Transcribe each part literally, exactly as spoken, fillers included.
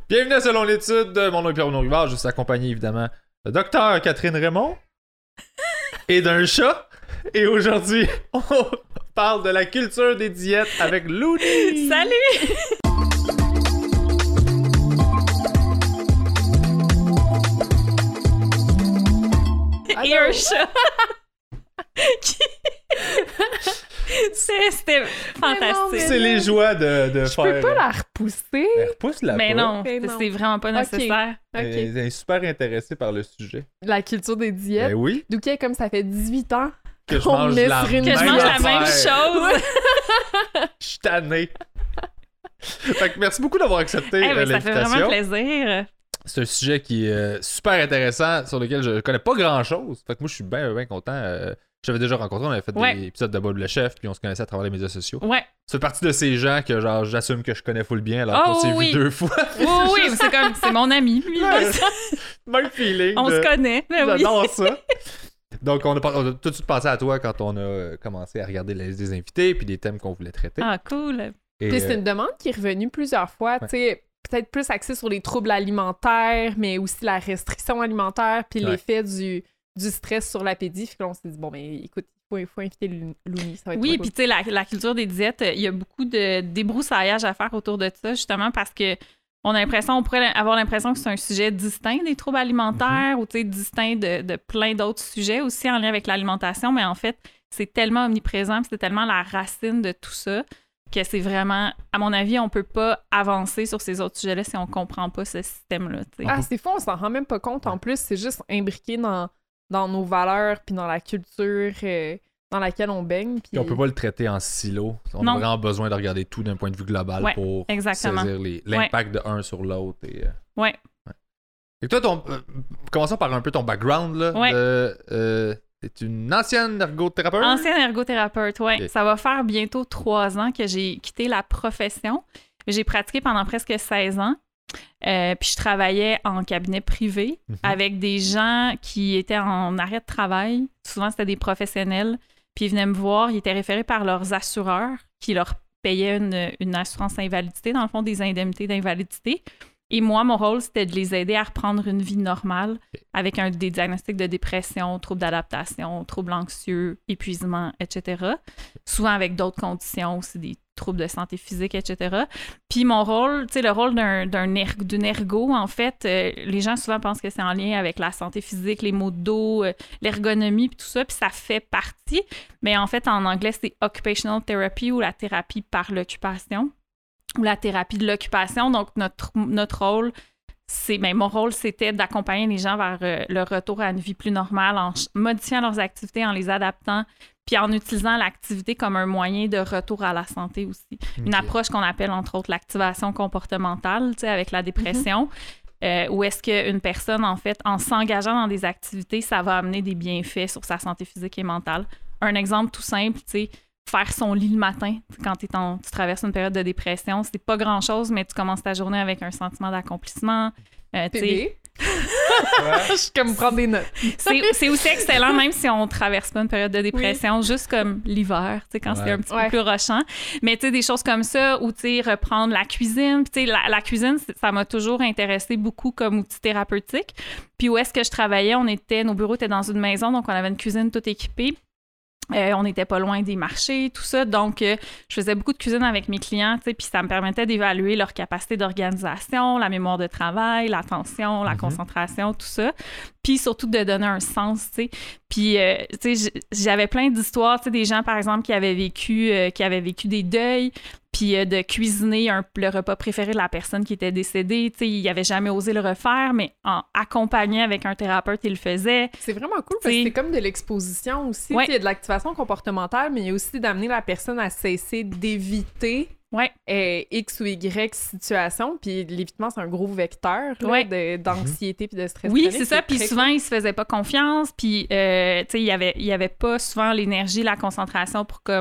Bienvenue à Selon l'étude. Mon nom est Pierre Rivard. Je suis accompagné évidemment de Docteur Catherine Raymond et d'un chat. Et aujourd'hui, on parle de la culture des diètes avec Looney. Salut! Et un chat. C'était fantastique. C'est les joies de, de Je faire... peux pas la repousser. Elle repousse-la Mais pas. non, Mais non. c'est vraiment pas nécessaire. Elle, Ok. elle est super intéressée par le sujet. La culture des diètes. Ben oui, D'où qu'il y a comme ça fait dix-huit ans. que je On mange met la sur une même Que je mange la affaire. même chose. Je suis tanné. Fait que merci beaucoup d'avoir accepté Eh euh, ben, ça fait vraiment l'invitation. plaisir. C'est un sujet qui est euh, super intéressant, sur lequel je connais pas grand-chose. Fait que moi, je suis bien, bien content. Euh, J'avais déjà rencontré, on avait fait Ouais. des épisodes de Bob le Chef, puis on se connaissait à travers les médias sociaux. Ouais. C'est partie de ces gens que genre j'assume que je connais full bien, alors Oh, qu'on s'est oui. vu deux fois. Oui, oui, mais c'est comme, c'est mon ami, lui. Ouais. Même feeling. On de- se connaît. Ben oui. J'adore ça. Donc, on a, pas- on a tout de suite pensé à toi quand on a euh, commencé à regarder la liste des invités, puis des thèmes qu'on voulait traiter. Ah, cool. Et, Puis c'est euh, une demande qui est revenue plusieurs fois, tu sais, peut-être plus axée sur les troubles alimentaires, mais aussi la restriction alimentaire, puis Ouais. l'effet du, du stress sur l'appétit. Puis là, on s'est dit, bon, mais écoute, il faut, il faut inviter Lou- Looney, ça va être Oui, trop puis cool. tu sais, la, la culture des diètes, il y a beaucoup de débroussaillage à faire autour de ça, justement, parce que on a l'impression, on pourrait avoir l'impression que c'est un sujet distinct des troubles alimentaires ou tu sais, distinct de, de plein d'autres sujets aussi en lien avec l'alimentation, mais en fait, c'est tellement omniprésent, puis c'est tellement la racine de tout ça que c'est vraiment, à mon avis, on peut pas avancer sur ces autres sujets-là si on comprend pas ce système-là, tu sais. Ah, c'est fou, on s'en rend même pas compte. En plus, c'est juste imbriqué dans, dans nos valeurs, puis dans la culture euh, dans laquelle on baigne. Puis puis on peut pas le traiter en silo. On Non. a vraiment besoin de regarder tout d'un point de vue global Ouais, pour exactement. saisir les- l'impact de un sur l'autre. Et, euh, Ouais. Et toi, ton, euh, commençons par un peu ton background. Là, Ouais. de, euh, t'es une ancienne ergothérapeute? Ancienne ergothérapeute, oui. Ok. Ça va faire bientôt trois ans que j'ai quitté la profession. J'ai pratiqué pendant presque seize ans. Euh, puis je travaillais en cabinet privé Mhm. avec des gens qui étaient en arrêt de travail. Souvent, c'était des professionnels. Puis ils venaient me voir, ils étaient référés par leurs assureurs qui leur payaient une, une assurance invalidité, dans le fond, des indemnités d'invalidité. Et moi, mon rôle, c'était de les aider à reprendre une vie normale avec un, des diagnostics de dépression, troubles d'adaptation, troubles anxieux, épuisement, et cetera. Souvent avec d'autres conditions aussi, des troubles de santé physique, et cetera. Puis mon rôle, tu sais, le rôle d'un, d'un er- d'une ergo, en fait, euh, les gens souvent pensent que c'est en lien avec la santé physique, les maux de dos, euh, l'ergonomie, puis tout ça, puis ça fait partie. Mais en fait, en anglais, c'est occupational therapy ou la thérapie par l'occupation ou la thérapie de l'occupation. Donc, notre, notre rôle, c'est, ben, mon rôle, c'était d'accompagner les gens vers euh, le retour à une vie plus normale en ch- modifiant leurs activités, en les adaptant, puis en utilisant l'activité comme un moyen de retour à la santé aussi. Une Ok. approche qu'on appelle, entre autres, l'activation comportementale, tu sais, avec la dépression, euh, où est-ce qu'une personne, en fait, en s'engageant dans des activités, ça va amener des bienfaits sur sa santé physique et mentale. Un exemple tout simple, tu sais, faire son lit le matin quand t'es en, tu traverses une période de dépression, c'est pas grand-chose, mais tu commences ta journée avec un sentiment d'accomplissement. Euh, tu sais, Bébé. Ouais. Je suis comme prendre des notes. c'est, c'est aussi excellent, même si on traverse pas une période de dépression, juste comme l'hiver, tu sais, quand Ouais. c'est un petit Ouais. peu plus rochant. Mais tu sais, des choses comme ça, ou tu sais, reprendre la cuisine. Puis tu sais, la, la cuisine, c'est- ça m'a toujours intéressé beaucoup comme outil thérapeutique. Puis où est-ce que je travaillais, on était, nos bureaux étaient dans une maison, donc on avait une cuisine toute équipée. Euh, on n'était pas loin des marchés, tout ça. Donc, euh, je faisais beaucoup de cuisine avec mes clients, tu sais, puis ça me permettait d'évaluer leur capacité d'organisation, la mémoire de travail, l'attention, la Mhm. concentration, tout ça. Puis surtout de donner un sens, tu sais. Puis, euh, tu sais, j- j'avais plein d'histoires, tu sais, des gens, par exemple, qui avaient vécu, euh, qui avaient vécu des deuils, puis euh, de cuisiner un, le repas préféré de la personne qui était décédée. Tu sais, il n'avait jamais osé le refaire, mais en accompagné avec un thérapeute, il le faisait. C'est vraiment cool parce que C'est- c'est comme de l'exposition aussi. Ouais. Tu sais, il y a de l'activation comportementale, mais il y a aussi d'amener la personne à cesser d'éviter Ouais. euh, X ou Y situation. Puis l'évitement, c'est un gros vecteur là, Ouais. de- d'anxiété puis de stress. Oui, chronique. c'est ça. Puis très souvent, il se faisait pas confiance. Puis, euh, tu sais, il y avait, il y avait pas souvent l'énergie, la concentration pour comme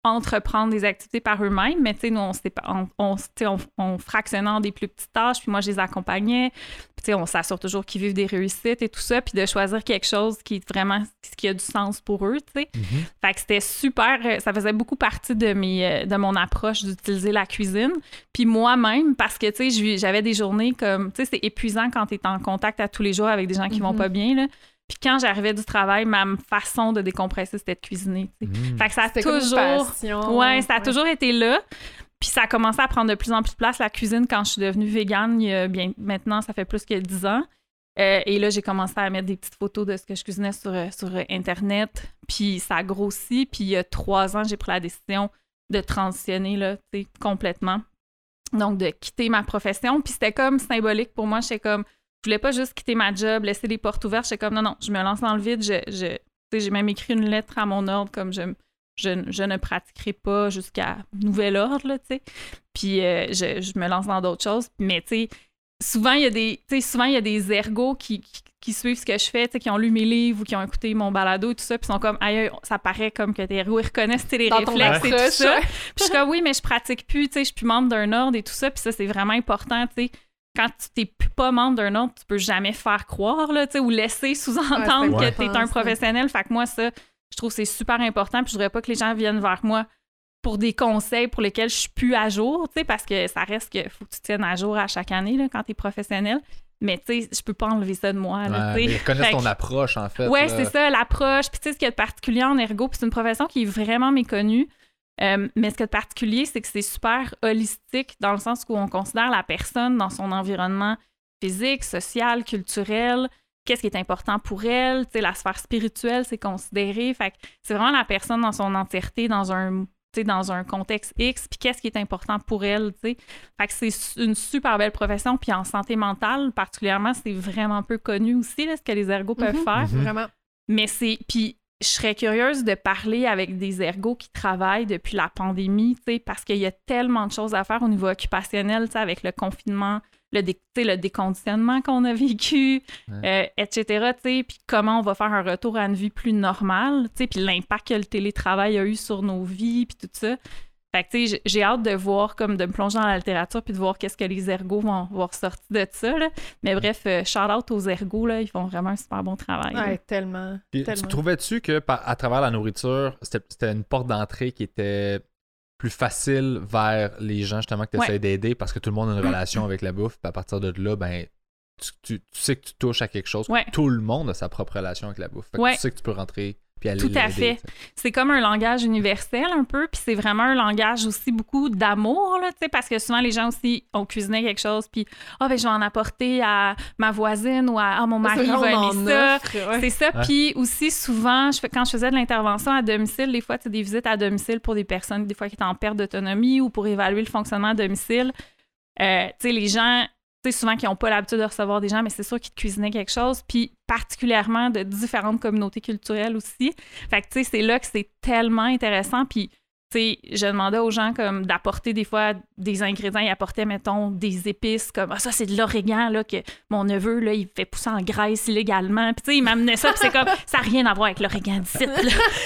entreprendre des activités par eux-mêmes, mais tu sais, nous, on, on, on, on, on fractionnait en des plus petites tâches, puis moi, je les accompagnais. Puis tu sais, on s'assure toujours qu'ils vivent des réussites et tout ça, puis de choisir quelque chose qui est vraiment, qui a du sens pour eux, tu sais. Mm-hmm. Fait que c'était super, ça faisait beaucoup partie de, mes, de mon approche d'utiliser la cuisine. Puis moi-même, parce que, tu sais, j'avais des journées comme, tu sais, c'est épuisant quand tu es en contact à tous les jours avec des gens qui mm-hmm. vont pas bien, là. Puis quand j'arrivais du travail, ma façon de décompresser, c'était de cuisiner. Mmh. Fait que ça a c'était toujours... passion. Ouais, ça a ouais. toujours été là. Puis ça a commencé à prendre de plus en plus de place, la cuisine, quand je suis devenue végane. Il y a bien... Maintenant, ça fait plus que dix ans. Euh, et là, j'ai commencé à mettre des petites photos de ce que je cuisinais sur, sur Internet. Puis ça a grossi. Puis il y a trois ans, j'ai pris la décision de transitionner là, complètement. Donc, de quitter ma profession. Puis c'était comme symbolique pour moi. J'étais comme... Je voulais pas juste quitter ma job, laisser les portes ouvertes. J'étais comme, non, non, je me lance dans le vide. Je, je, j'ai même écrit une lettre à mon ordre, comme je, je, je ne pratiquerai pas jusqu'à nouvel ordre, là, tu sais. Puis euh, je, je me lance dans d'autres choses. Mais, tu sais, souvent, il y a des, tu sais, souvent, il y a des ergots qui, qui, qui suivent ce que je fais, tu sais, qui ont lu mes livres ou qui ont écouté mon balado et tout ça, puis sont comme, aïe, ça paraît comme que tes ergots, ils reconnaissent les dans réflexes et tout ça. Puis je suis comme, oui, mais je pratique plus, tu sais, je suis plus membre d'un ordre et tout ça, puis ça, c'est vraiment important, tu sais. Quand tu t'es pas membre d'un ordre, tu peux jamais faire croire, là, tu sais, ou laisser sous-entendre ouais, que t'es un professionnel. Fait que moi, ça, je trouve que c'est super important. Puis je voudrais pas que les gens viennent vers moi pour des conseils pour lesquels je suis plus à jour, tu sais, parce que ça reste que faut que tu te tiennes à jour à chaque année, là, quand t'es professionnel. Mais tu sais, je peux pas enlever ça de moi. Là, ouais, mais ils connaissent ton approche, en fait. Ouais, c'est ça, l'approche. Puis tu sais, ce qu'il y a de particulier en ergo, puis c'est une profession qui est vraiment méconnue. Euh, mais ce qui est particulier, c'est que c'est super holistique dans le sens où on considère la personne dans son environnement physique, social, culturel, qu'est-ce qui est important pour elle, tu sais, la sphère spirituelle, c'est considéré. Fait que c'est vraiment la personne dans son entièreté, dans un, tu sais, dans un contexte X, puis qu'est-ce qui est important pour elle, tu sais. Fait que c'est une super belle profession, puis en santé mentale, particulièrement, c'est vraiment peu connu aussi, là, ce que les ergos peuvent mm-hmm, faire. Mm-hmm. Vraiment. Mais c'est... Puis je serais curieuse de parler avec des ergos qui travaillent depuis la pandémie, tu sais, parce qu'il y a tellement de choses à faire au niveau occupationnel, tu sais, avec le confinement, le, dé, le déconditionnement qu'on a vécu, ouais. euh, et cetera, tu sais, puis comment on va faire un retour à une vie plus normale, tu sais, puis l'impact que le télétravail a eu sur nos vies, puis tout ça. Fait que, tu sais, j'ai hâte de voir, comme de me plonger dans la littérature puis de voir qu'est-ce que les ergos vont, vont ressortir de ça, là. Mais bref, euh, shout-out aux ergos, là, ils font vraiment un super bon travail. Ouais, tellement, puis, tellement. Tu trouvais-tu que, par, à travers la nourriture, c'était, c'était une porte d'entrée qui était plus facile vers les gens, justement, que tu essaies ouais. d'aider parce que tout le monde a une relation avec la bouffe, puis à partir de là, ben, tu, tu, tu sais que tu touches à quelque chose. Ouais. Tout le monde a sa propre relation avec la bouffe. Fait que ouais. tu sais que tu peux rentrer... Tout à fait. T'sais. C'est comme un langage universel un peu, puis c'est vraiment un langage aussi beaucoup d'amour, là, tu sais, parce que souvent les gens aussi ont cuisiné quelque chose, puis ah, oh, ben je vais en apporter à ma voisine ou à oh, mon mari va aimer ça. Offre, ouais. C'est ça. Ouais. Puis aussi souvent, je fais, quand je faisais de l'intervention à domicile, des fois, tu sais, des visites à domicile pour des personnes, des fois qui étaient en perte d'autonomie ou pour évaluer le fonctionnement à domicile, euh, tu sais, les gens. Tu sais, souvent qui n'ont pas l'habitude de recevoir des gens, mais c'est sûr qu'ils te cuisinaient quelque chose, puis particulièrement de différentes communautés culturelles aussi. Fait que, tu sais, c'est là que c'est tellement intéressant, puis, tu sais, je demandais aux gens comme d'apporter des fois des ingrédients, ils apportaient, mettons, des épices, comme « Ah, ça, c'est de l'origan, là, que mon neveu, là, il fait pousser en Grèce illégalement. » Puis, tu sais, il m'amenait ça, puis c'est comme « Ça n'a rien à voir avec l'origan d'ici, là. »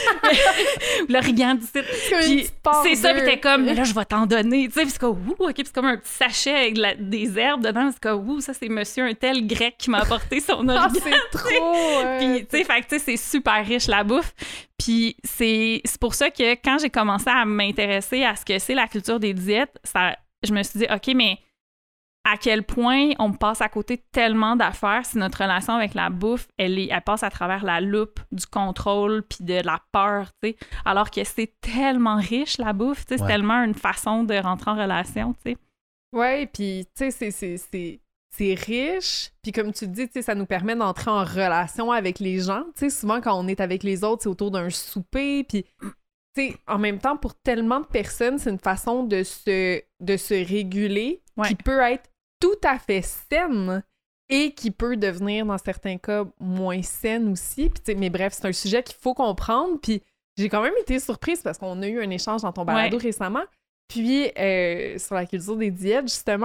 L'origan d'ici. Puis, c'est ça, puis t'es comme « Mais là, je vais t'en donner. » Tu sais, puis c'est comme « Ouh, OK, puis c'est comme un petit sachet avec la, des herbes dedans. » C'est comme « Ouh, ça, c'est monsieur un tel grec qui m'a apporté son origan. » Ah, c'est trop! Ouais. Puis, tu sais, fait que, tu sais, c'est super riche, la bouffe. Puis c'est, c'est pour ça que quand j'ai commencé à m'intéresser à ce que c'est la culture des diètes, ça, je me suis dit, OK, mais à quel point on passe à côté tellement d'affaires si notre relation avec la bouffe, elle, est, elle passe à travers la loupe du contrôle puis de la peur, tu sais, alors que c'est tellement riche, la bouffe, tu sais, ouais. C'est tellement une façon de rentrer en relation, tu sais. Ouais, puis tu sais, c'est... c'est, c'est... c'est riche, puis comme tu dis, ça nous permet d'entrer en relation avec les gens. T'sais, souvent, quand on est avec les autres, c'est autour d'un souper, puis en même temps, pour tellement de personnes, c'est une façon de se, de se réguler ouais. qui peut être tout à fait saine et qui peut devenir, dans certains cas, moins saine aussi. Puis, mais bref, c'est un sujet qu'il faut comprendre, puis j'ai quand même été surprise parce qu'on a eu un échange dans ton balado ouais. récemment, puis euh, sur la culture des diètes, justement.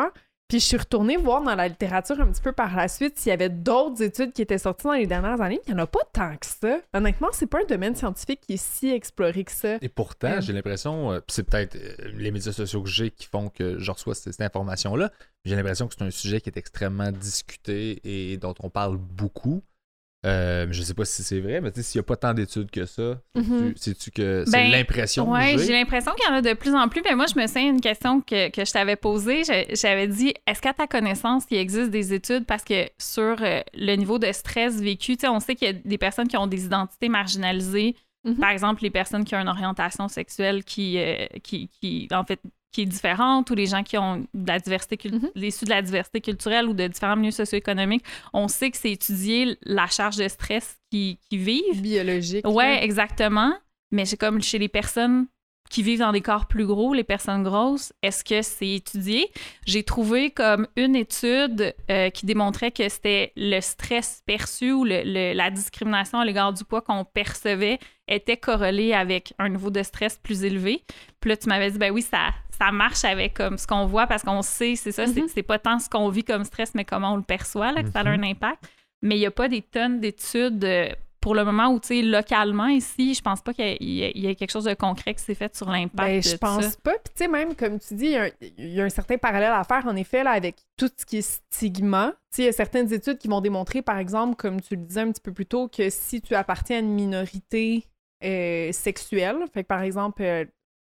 Puis je suis retournée voir dans la littérature un petit peu par la suite s'il y avait d'autres études qui étaient sorties dans les dernières années. Il n'y en a pas tant que ça. Honnêtement, c'est pas un domaine scientifique qui est si exploré que ça. Et pourtant, euh... j'ai l'impression, euh, c'est peut-être euh, les médias sociaux que j'ai qui font que je reçois cette, cette information-là, j'ai l'impression que c'est un sujet qui est extrêmement discuté et dont on parle beaucoup. Euh, je sais pas si c'est vrai, mais s'il n'y a pas tant d'études que ça, mm-hmm. sais-tu que c'est ben, l'impression ouais, que j'ai? j'ai l'impression qu'il y en a de plus en plus, mais moi, je me souviens d'une question que, que je t'avais posée. Je, j'avais dit, est-ce qu'à ta connaissance, il existe des études? Parce que sur euh, le niveau de stress vécu, on sait qu'il y a des personnes qui ont des identités marginalisées. Mm-hmm. Par exemple, les personnes qui ont une orientation sexuelle qui, euh, qui, qui en fait, qui est différente, ou les gens qui ont de la diversité cult- mm-hmm. issus de la diversité culturelle ou de différents milieux socio-économiques, on sait que c'est étudier la charge de stress qu'ils qui vivent. Biologique. Oui, exactement. Mais c'est comme chez les personnes qui vivent dans des corps plus gros, les personnes grosses, est-ce que c'est étudié? J'ai trouvé comme une étude euh, qui démontrait que c'était le stress perçu ou le, le, la discrimination à l'égard du poids qu'on percevait était corrélée avec un niveau de stress plus élevé. Puis là, tu m'avais dit, ben oui, ça, ça marche avec comme, ce qu'on voit parce qu'on sait, c'est ça, mm-hmm. c'est, c'est pas tant ce qu'on vit comme stress, mais comment on le perçoit, là, que mm-hmm. ça a un impact. Mais il n'y a pas des tonnes d'études... Euh, pour le moment où, tu sais, localement, ici, je pense pas qu'il y, y, y ait quelque chose de concret qui s'est fait sur l'impact ben, de je pense ça. pas. Puis, tu sais, même, comme tu dis, il y, a un, y a un certain parallèle à faire, en effet, là, avec tout ce qui est stigma. Tu sais, il y a certaines études qui vont démontrer, par exemple, comme tu le disais un petit peu plus tôt, que si tu appartiens à une minorité euh, sexuelle, fait que, par exemple, euh,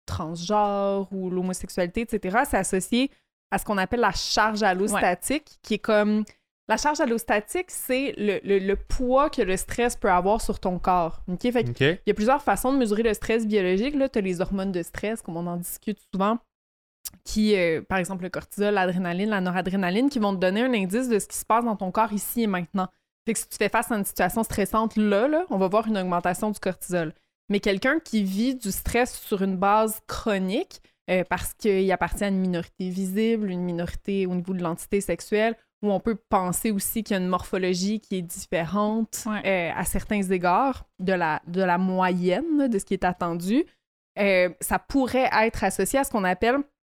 transgenre ou l'homosexualité, et cetera, c'est associé à ce qu'on appelle la charge allostatique, ouais. qui est comme... La charge allostatique, c'est le, le, le poids que le stress peut avoir sur ton corps. Okay? Fait okay. Il y a plusieurs façons de mesurer le stress biologique. Tu as les hormones de stress, comme on en discute souvent, qui, euh, par exemple, le cortisol, l'adrénaline, la noradrénaline, qui vont te donner un indice de ce qui se passe dans ton corps ici et maintenant. Fait que si tu fais face à une situation stressante là, là, on va voir une augmentation du cortisol. Mais quelqu'un qui vit du stress sur une base chronique, euh, parce qu'il appartient à une minorité visible, une minorité au niveau de l'entité sexuelle, où on peut penser aussi qu'il y a une morphologie qui est différente ouais. euh, à certains égards de la, de la moyenne de ce qui est attendu, euh, ça pourrait être associé à ce qu'on appelle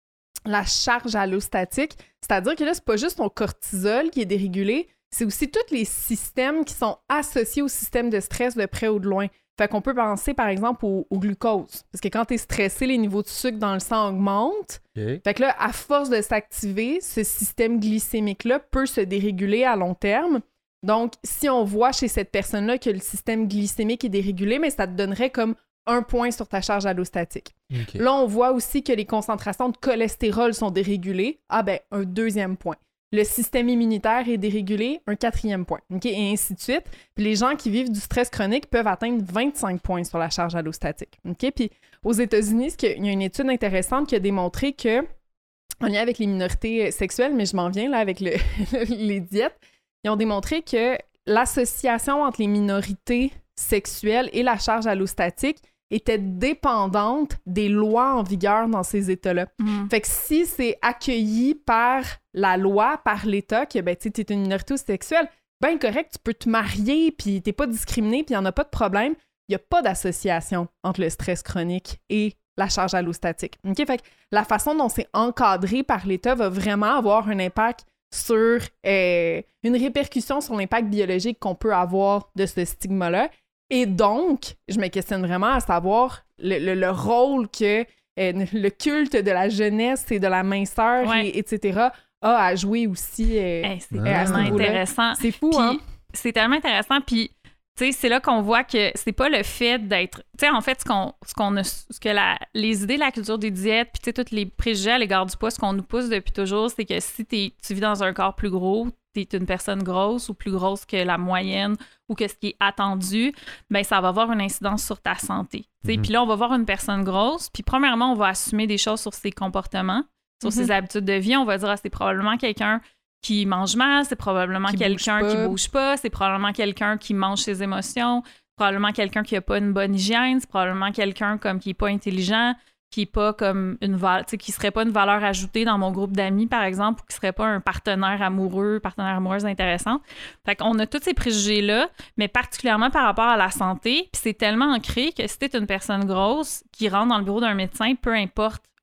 la charge allostatique. C'est-à-dire que là, c'est pas juste ton cortisol qui est dérégulé, c'est aussi tous les systèmes qui sont associés au système de stress de près ou de loin. Fait qu'on peut penser, par exemple, au, au glucose. Parce que quand t'es stressé, les niveaux de sucre dans le sang augmentent. Okay. Fait que là, à force de s'activer, ce système glycémique-là peut se déréguler à long terme. Donc, si on voit chez cette personne-là que le système glycémique est dérégulé, mais ça te donnerait comme un point sur ta charge allostatique. Okay. Là, on voit aussi que les concentrations de cholestérol sont dérégulées. Ah ben, un deuxième point. Le système immunitaire est dérégulé, un quatrième point, okay? Et ainsi de suite. Puis les gens qui vivent du stress chronique peuvent atteindre vingt-cinq points sur la charge allostatique. Okay? Puis aux États-Unis, il y a une étude intéressante qui a démontré que, en lien avec les minorités sexuelles, mais je m'en viens là avec le, les diètes, ils ont démontré que l'association entre les minorités sexuelles et la charge allostatique était dépendante des lois en vigueur dans ces États-là. Mm. Fait que si c'est accueilli par la loi, par l'État, que ben, tu es une minorité sexuelle, ben correct, tu peux te marier, puis t'es pas discriminé, puis il n'y en a pas de problème. Il n'y a pas d'association entre le stress chronique et la charge allostatique. Okay? Fait que la façon dont c'est encadré par l'État va vraiment avoir un impact sur euh, une répercussion sur l'impact biologique qu'on peut avoir de ce stigma-là. Et donc, je me questionne vraiment à savoir le, le, le rôle que euh, le culte de la jeunesse et de la minceur, ouais. et, etc., a à jouer aussi euh, hey, c'est euh, tellement intéressant. C'est fou, puis, hein? C'est tellement intéressant. Puis, tu sais, c'est là qu'on voit que c'est pas le fait d'être... Tu sais, en fait, ce qu'on, ce qu'on a... Ce que la, les idées de la culture des diètes, puis tu sais, tous les préjugés à l'égard du poids, ce qu'on nous pousse depuis toujours, c'est que si t'es, tu vis dans un corps plus gros, t'es une personne grosse ou plus grosse que la moyenne ou que ce qui est attendu, ben ça va avoir une incidence sur ta santé. Mm-hmm. Puis là, on va voir une personne grosse, puis premièrement, on va assumer des choses sur ses comportements, sur mm-hmm. ses habitudes de vie. On va dire, ah, c'est probablement quelqu'un qui mange mal, c'est probablement qui quelqu'un bouge qui bouge pas, c'est probablement quelqu'un qui mange ses émotions, probablement quelqu'un qui a pas une bonne hygiène, c'est probablement quelqu'un comme qui est pas intelligent, qui est pas comme une valeur, tu sais, qui serait pas une valeur ajoutée dans mon groupe d'amis, par exemple, ou qui serait pas un partenaire amoureux, partenaire amoureuse intéressant. Fait qu'on a tous ces préjugés-là, mais particulièrement par rapport à la santé, puis c'est tellement ancré que si t'es une personne grosse qui rentre dans le bureau d'un médecin, peu importe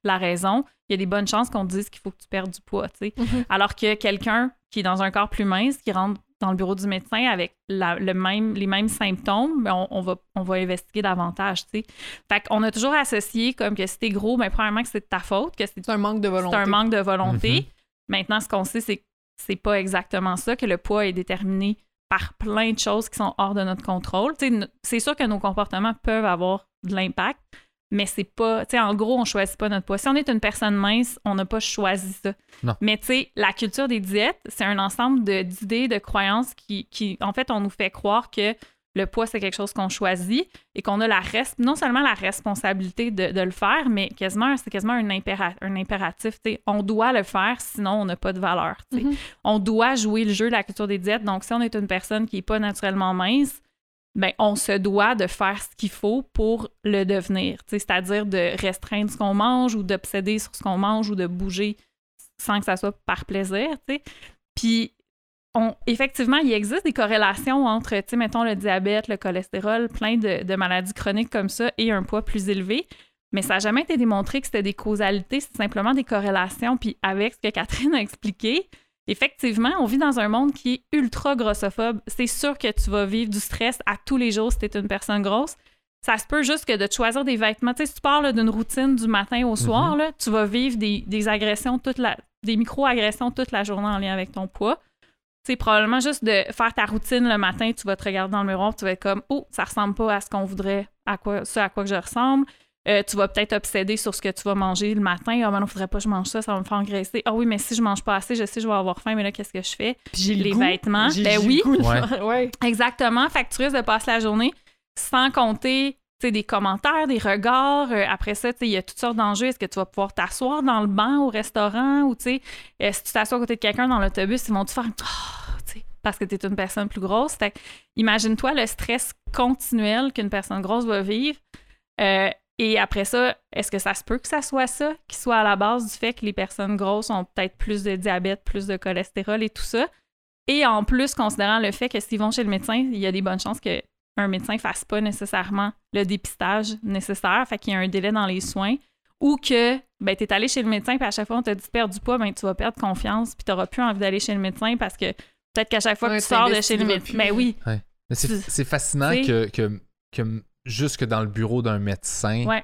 la raison, il y a des bonnes chances qu'on te dise qu'il faut que tu perdes du poids, tu sais. Mm-hmm. Alors que quelqu'un qui est dans un corps plus mince, qui rentre dans le bureau du médecin avec la, le même, les mêmes symptômes, ben on, on, va, on va investiguer davantage, tu sais. Fait qu'on a toujours associé comme que si t'es gros, ben premièrement que c'est de ta faute, que c'est, c'est un manque de volonté. C'est un manque de volonté. Mm-hmm. Maintenant, ce qu'on sait, c'est que c'est pas exactement ça, que le poids est déterminé par plein de choses qui sont hors de notre contrôle. Tu sais, c'est sûr que nos comportements peuvent avoir de l'impact, mais c'est pas... Tu sais, en gros, on choisit pas notre poids. Si on est une personne mince, on n'a pas choisi ça. Non. Mais tu sais, la culture des diètes, c'est un ensemble de, d'idées, de croyances qui, qui... En fait, on nous fait croire que le poids, c'est quelque chose qu'on choisit et qu'on a la res- non seulement la responsabilité de, de le faire, mais quasiment, c'est quasiment un, impéra- un impératif. T'sais. On doit le faire, sinon on n'a pas de valeur. Mm-hmm. On doit jouer le jeu de la culture des diètes. Donc, si on est une personne qui n'est pas naturellement mince, ben, on se doit de faire ce qu'il faut pour le devenir. C'est-à-dire de restreindre ce qu'on mange ou d'obséder sur ce qu'on mange ou de bouger sans que ça soit par plaisir. T'sais. Puis, On, effectivement, il existe des corrélations entre, tu sais, mettons, le diabète, le cholestérol, plein de, de maladies chroniques comme ça et un poids plus élevé. Mais ça n'a jamais été démontré que c'était des causalités, c'est simplement des corrélations. Puis avec ce que Catherine a expliqué, effectivement, on vit dans un monde qui est ultra grossophobe. C'est sûr que tu vas vivre du stress à tous les jours si tu es une personne grosse. Ça se peut juste que de te choisir des vêtements. Tu sais, si tu parles là, d'une routine du matin au soir, mm-hmm. là, tu vas vivre des, des agressions, toute la, des micro-agressions toute la journée en lien avec ton poids. C'est probablement juste de faire ta routine le matin, tu vas te regarder dans le miroir, tu vas être comme « Oh, ça ressemble pas à ce qu'on voudrait, à quoi, ce à quoi que je ressemble. Euh, » Tu vas peut-être obséder sur ce que tu vas manger le matin. « Ah, oh, ben non, faudrait pas que je mange ça, ça va me faire engraisser. Ah oh, oui, mais si je mange pas assez, je sais que je vais avoir faim, mais là, qu'est-ce que je fais? » J'ai les le vêtements. J'ai, ben j'ai oui, ouais. ouais. Exactement. Fait que tu risques de passer la journée sans compter t'sais, des commentaires, des regards. Euh, après ça, il y a toutes sortes d'enjeux. Est-ce que tu vas pouvoir t'asseoir dans le banc au restaurant ou tu sais, si tu t'assois à côté de quelqu'un dans l'autobus, ils vont te faire oh, parce que tu es une personne plus grosse. Fait que, imagine-toi le stress continuel qu'une personne grosse va vivre. Euh, et après ça, est-ce que ça se peut que ça soit ça, qui soit à la base du fait que les personnes grosses ont peut-être plus de diabète, plus de cholestérol et tout ça? Et en plus, considérant le fait que s'ils vont chez le médecin, il y a des bonnes chances qu'un médecin ne fasse pas nécessairement le dépistage nécessaire, fait qu'il y a un délai dans les soins, ou que ben, tu es allé chez le médecin puis à chaque fois on t'a dit de perdre du poids, ben, tu vas perdre confiance puis tu n'auras plus envie d'aller chez le médecin parce que peut-être qu'à chaque fois ouais, que tu sors de chez le médecin... Ben oui. Ouais. Mais c'est, c'est fascinant que, que, que jusque dans le bureau d'un médecin, ouais.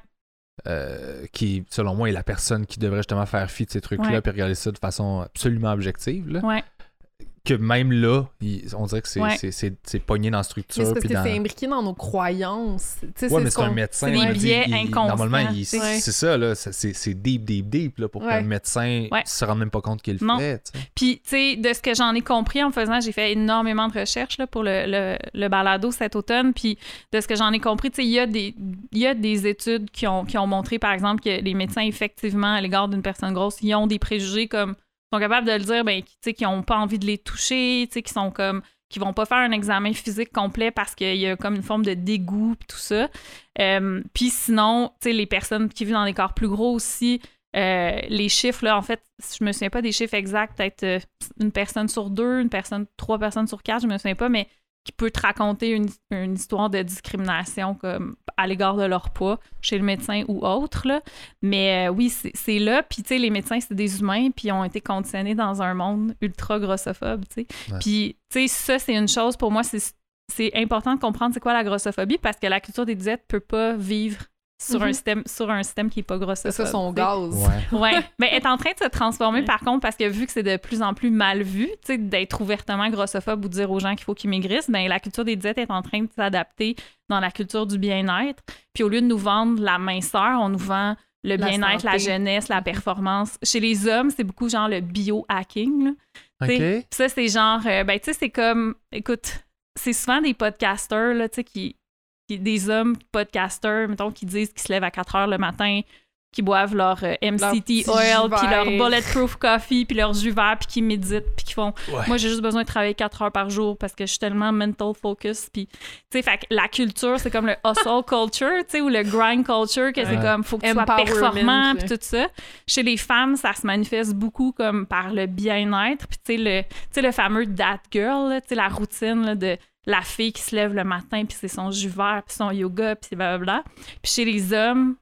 euh, qui, selon moi, est la personne qui devrait justement faire fi de ces trucs-là ouais. puis regarder ça de façon absolument objective, là, ouais. que même là, il, on dirait que c'est, ouais. c'est, c'est, c'est pogné dans la structure. Mais c'est parce que dans... c'est imbriqué dans nos croyances. T'sais, ouais, c'est mais ce c'est qu'on... un médecin. C'est des biais il, inconstants. Normalement, il, c'est, ouais. c'est ça, là, c'est, c'est deep, deep, deep là, pour ouais. qu'un médecin ouais. se rende même pas compte qu'il le fait. T'sais. Puis, tu sais, de ce que j'en ai compris en faisant, j'ai fait énormément de recherches là, pour le, le, le balado cet automne. Puis, de ce que j'en ai compris, tu sais, il y a des, il y a des études qui ont, qui ont montré, par exemple, que les médecins, effectivement, à l'égard d'une personne grosse, ils ont des préjugés comme sont capables de le dire, ben, tu sais, qu'ils n'ont pas envie de les toucher, tu sais, qui sont comme qui vont pas faire un examen physique complet parce qu'il y a comme une forme de dégoût pis tout ça. Euh, puis sinon, tu sais, les personnes qui vivent dans des corps plus gros aussi, euh, les chiffres, là, en fait, je me souviens pas des chiffres exacts, peut-être euh, une personne sur deux, une personne, trois personnes sur quatre, je me souviens pas, mais qui peut te raconter une, une histoire de discrimination comme à l'égard de leur poids chez le médecin ou autre, là. Mais euh, oui, c'est, c'est là. Puis, tu sais, les médecins, c'est des humains, puis ils ont été conditionnés dans un monde ultra grossophobe, tu sais. Ouais. Puis, tu sais, ça, c'est une chose, pour moi, c'est, c'est important de comprendre c'est quoi la grossophobie parce que la culture des diètes peut pas vivre sur, mm-hmm. un système, sur un système qui est pas grossophobe. C'est ça, son gaz. Ouais. ouais. Mais elle est en train de se transformer, ouais. par contre, parce que vu que c'est de plus en plus mal vu, tu sais, d'être ouvertement grossophobe ou de dire aux gens qu'il faut qu'ils maigrissent, ben la culture des diètes est en train de s'adapter dans la culture du bien-être. Puis au lieu de nous vendre la minceur, on nous vend le la bien-être, santé. La jeunesse, la performance. Chez les hommes, c'est beaucoup genre le biohacking, là. OK. Ça, c'est genre, euh, ben tu sais, c'est comme, écoute, c'est souvent des podcasters, là, tu sais, qui... des hommes podcasters, mettons, qui disent qu'ils se lèvent à quatre heures le matin, qui boivent leur euh, M C T leur oil, puis leur bulletproof coffee, puis leur jus vert, puis qui méditent, puis qui font ouais. moi, j'ai juste besoin de travailler quatre heures par jour parce que je suis tellement mental focus. Puis, tu sais, fait que la culture, c'est comme le hustle culture, tu sais, ou le grind culture, que ouais. c'est comme, faut que tu sois performant, puis tout ça. Chez les femmes, ça se manifeste beaucoup comme par le bien-être, puis tu sais, le, tu sais, le fameux that girl, tu sais, la routine là, de la fille qui se lève le matin, puis c'est son jus vert, puis son yoga, puis blablabla. Puis chez les hommes,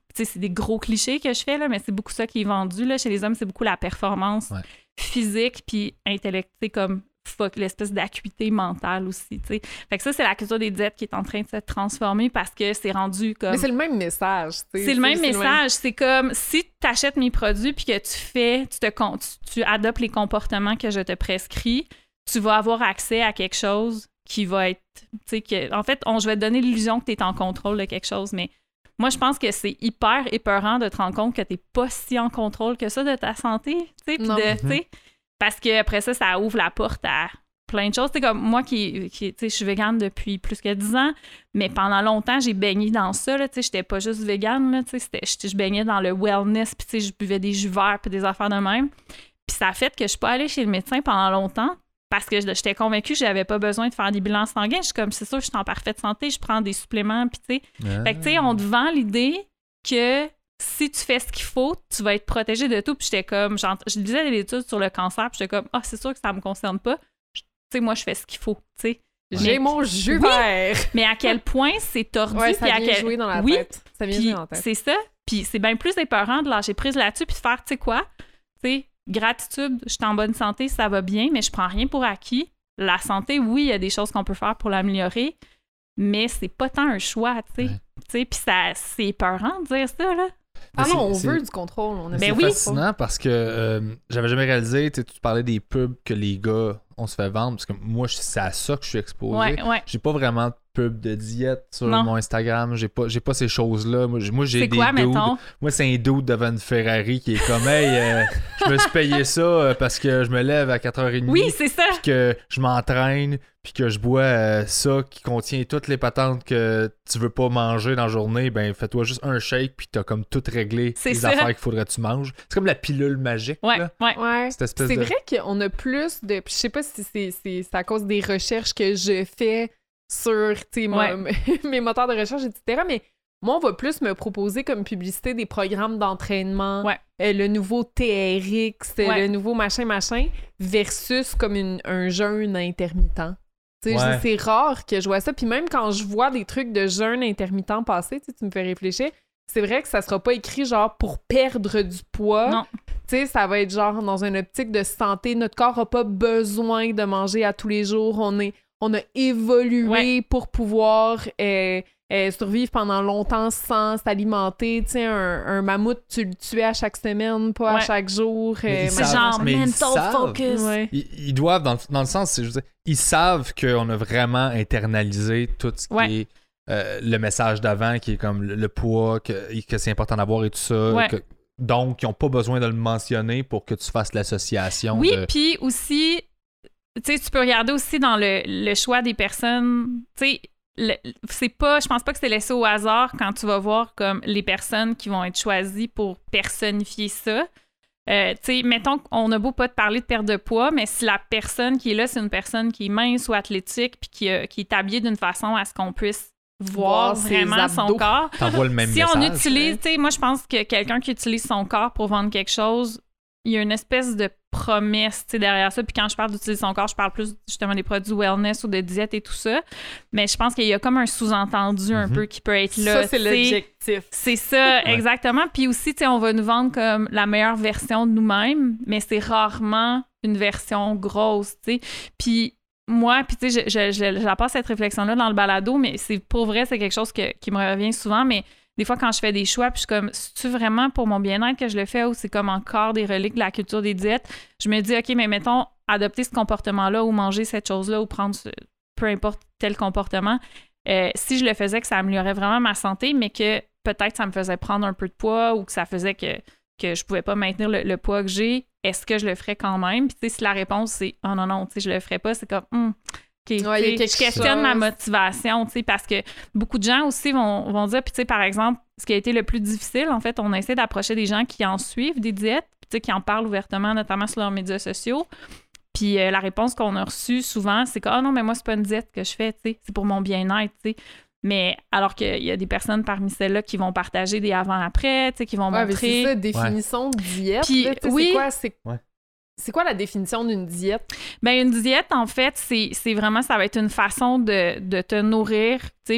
tu sais, c'est des gros clichés que je fais, là, mais c'est beaucoup ça qui est vendu, là. Chez les hommes, c'est beaucoup la performance ouais. physique puis intellectuelle, comme fuck, l'espèce d'acuité mentale aussi, tu sais. Fait que ça, c'est la culture des diètes qui est en train de se transformer parce que c'est rendu comme... Mais c'est le même message, tu sais. C'est le même c'est message. Le même... C'est comme, si tu achètes mes produits puis que tu fais, tu, te, tu, tu adoptes les comportements que je te prescris, tu vas avoir accès à quelque chose qui va être... Tu sais, que, en fait, on, je vais te donner l'illusion que tu es en contrôle de quelque chose, mais moi, je pense que c'est hyper épeurant de te rendre compte que tu n'es pas si en contrôle que ça de ta santé, tu sais, puis de... Mm-hmm. tu sais, parce qu'après ça, ça ouvre la porte à plein de choses. C'est comme moi qui, qui tu sais, je suis végane depuis plus que dix ans, mais pendant longtemps, j'ai baigné dans ça, là, tu sais, j'étais pas juste végane, là, tu sais, je, je baignais dans le wellness, puis tu sais, je buvais des jus verts, puis des affaires de même. Puis ça a fait que je suis pas allée chez le médecin pendant longtemps, parce que j'étais convaincue que j'avais pas besoin de faire des bilans sanguins. Je suis comme, c'est sûr, je suis en parfaite santé, je prends des suppléments, puis tu sais. Ah. Fait que, tu sais, on te vend l'idée que si tu fais ce qu'il faut, tu vas être protégé de tout. Puis j'étais comme, je lisais des études sur le cancer, puis j'étais comme, ah, oh, c'est sûr que ça me concerne pas. Tu sais, moi, je fais ce qu'il faut, tu sais. J'ai mais, mon jus oui, vert! Mais à quel point c'est tordu. Ouais, ça puis vient à quel... jouer dans la oui, tête. Ça vient jouer dans la tête. C'est ça. Puis c'est bien plus épeurant de lâcher prise là-dessus puis de faire, tu sais quoi, tu sais, gratitude, je suis en bonne santé, ça va bien, mais je prends rien pour acquis. La santé, oui, il y a des choses qu'on peut faire pour l'améliorer, mais c'est pas tant un choix, tu sais. Ouais. Puis ça, c'est épeurant de dire ça, là. Ah non, on veut du contrôle. On c'est oui. fascinant parce que euh, j'avais jamais réalisé, tu parlais des pubs que les gars, on se fait vendre, parce que moi, c'est à ça que je suis exposé. Ouais, ouais. J'ai pas vraiment de pub de diète sur non. mon Instagram, j'ai pas, j'ai pas ces choses-là. Moi, j'ai, moi, j'ai c'est des quoi, dudes. Mettons? Moi, c'est un dude devant une Ferrari qui est comme, hey, euh, je me suis payé ça euh, parce que je me lève à quatre heures trente. Oui, c'est ça. Puis que je m'entraîne, puis que je bois euh, ça qui contient toutes les patentes que tu veux pas manger dans la journée, ben fais-toi juste un shake, puis t'as comme tout réglé c'est les ça. affaires qu'il faudrait que tu manges. C'est comme la pilule magique. Ouais, là. ouais. ouais. Cette espèce c'est de... vrai qu'on a plus de... Je sais pas si c'est, c'est, c'est à cause des recherches que je fais sur ouais. mo- mes moteurs de recherche, et cetera. Mais moi, on va plus me proposer comme publicité des programmes d'entraînement, ouais. euh, le nouveau T R X, ouais. le nouveau machin-machin, versus comme une, un jeûne intermittent. Ouais. C'est rare que je vois ça. Puis même quand je vois des trucs de jeûne intermittent passer, tu me fais réfléchir, c'est vrai que ça sera pas écrit genre pour perdre du poids. Non. Tu sais, ça va être genre dans une optique de santé. Notre corps a pas besoin de manger à tous les jours. On est, on a évolué ouais. pour pouvoir euh, euh, survivre pendant longtemps sans s'alimenter. Tu sais, un, un mammouth, tu le tuais à chaque semaine, pas ouais. à chaque jour. Euh, c'est genre mais mental focus. Ouais. Ils, ils doivent, dans le, dans le sens, c'est, je veux dire, ils savent qu'on a vraiment internalisé tout ce qui ouais. est euh, le message d'avant, qui est comme le, le poids, que, que c'est important d'avoir et tout ça. Ouais. Que, donc, ils n'ont pas besoin de le mentionner pour que tu fasses l'association. Oui, de... puis aussi, tu sais, tu peux regarder aussi dans le, le choix des personnes, tu sais, le, c'est pas, je pense pas que c'est laissé au hasard quand tu vas voir comme les personnes qui vont être choisies pour personnifier ça. Euh, tu sais, mettons qu'on a beau pas te parler de perte de poids, mais si la personne qui est là, c'est une personne qui est mince ou athlétique puis qui, euh, qui est habillée d'une façon à ce qu'on puisse voir, voir vraiment son corps. T'envoies le même si message. on utilise, tu sais, moi je pense que quelqu'un qui utilise son corps pour vendre quelque chose, il y a une espèce de promesse, tu sais, derrière ça. Puis quand je parle d'utiliser son corps, je parle plus justement des produits wellness ou de diète et tout ça. Mais je pense qu'il y a comme un sous-entendu mm-hmm. un peu qui peut être là. Ça, c'est l'objectif. C'est ça, ouais. exactement. Puis aussi, tu sais, on va nous vendre comme la meilleure version de nous-mêmes, mais c'est rarement une version grosse, tu sais. Puis moi, puis tu sais, je, je, je, je la passe cette réflexion-là dans le balado, mais c'est pour vrai, c'est quelque chose que, qui me revient souvent, mais des fois, quand je fais des choix, puis je suis comme, c'est-tu vraiment pour mon bien-être que je le fais ou c'est comme encore des reliques de la culture des diètes? Je me dis, OK, mais mettons, adopter ce comportement-là ou manger cette chose-là ou prendre ce, peu importe tel comportement, euh, si je le faisais, que ça améliorait vraiment ma santé, mais que peut-être ça me faisait prendre un peu de poids ou que ça faisait que, que je pouvais pas maintenir le, le poids que j'ai, est-ce que je le ferais quand même? Puis tu sais, si la réponse, c'est « Oh non, non, tu sais, je le ferais pas », c'est comme hum, OK, ouais, je questionne chose. ma motivation, tu sais, parce que beaucoup de gens aussi vont, vont dire, puis tu sais, par exemple, ce qui a été le plus difficile, en fait, on essaie d'approcher des gens qui en suivent des diètes, puis tu sais, qui en parlent ouvertement, notamment sur leurs médias sociaux. Puis euh, la réponse qu'on a reçue souvent, c'est que « Ah oh non, mais moi, c'est pas une diète que je fais, tu sais, c'est pour mon bien-être, tu sais. » Mais alors qu'il y a des personnes parmi celles-là qui vont partager des avant-après, tu sais, qui vont ouais, montrer... c'est ça, définition ouais. de diète. Puis, là, oui. C'est quoi, c'est... Ouais. C'est quoi la définition d'une diète? Bien, une diète, en fait, c'est, c'est vraiment, ça va être une façon de, de te nourrir, tu sais,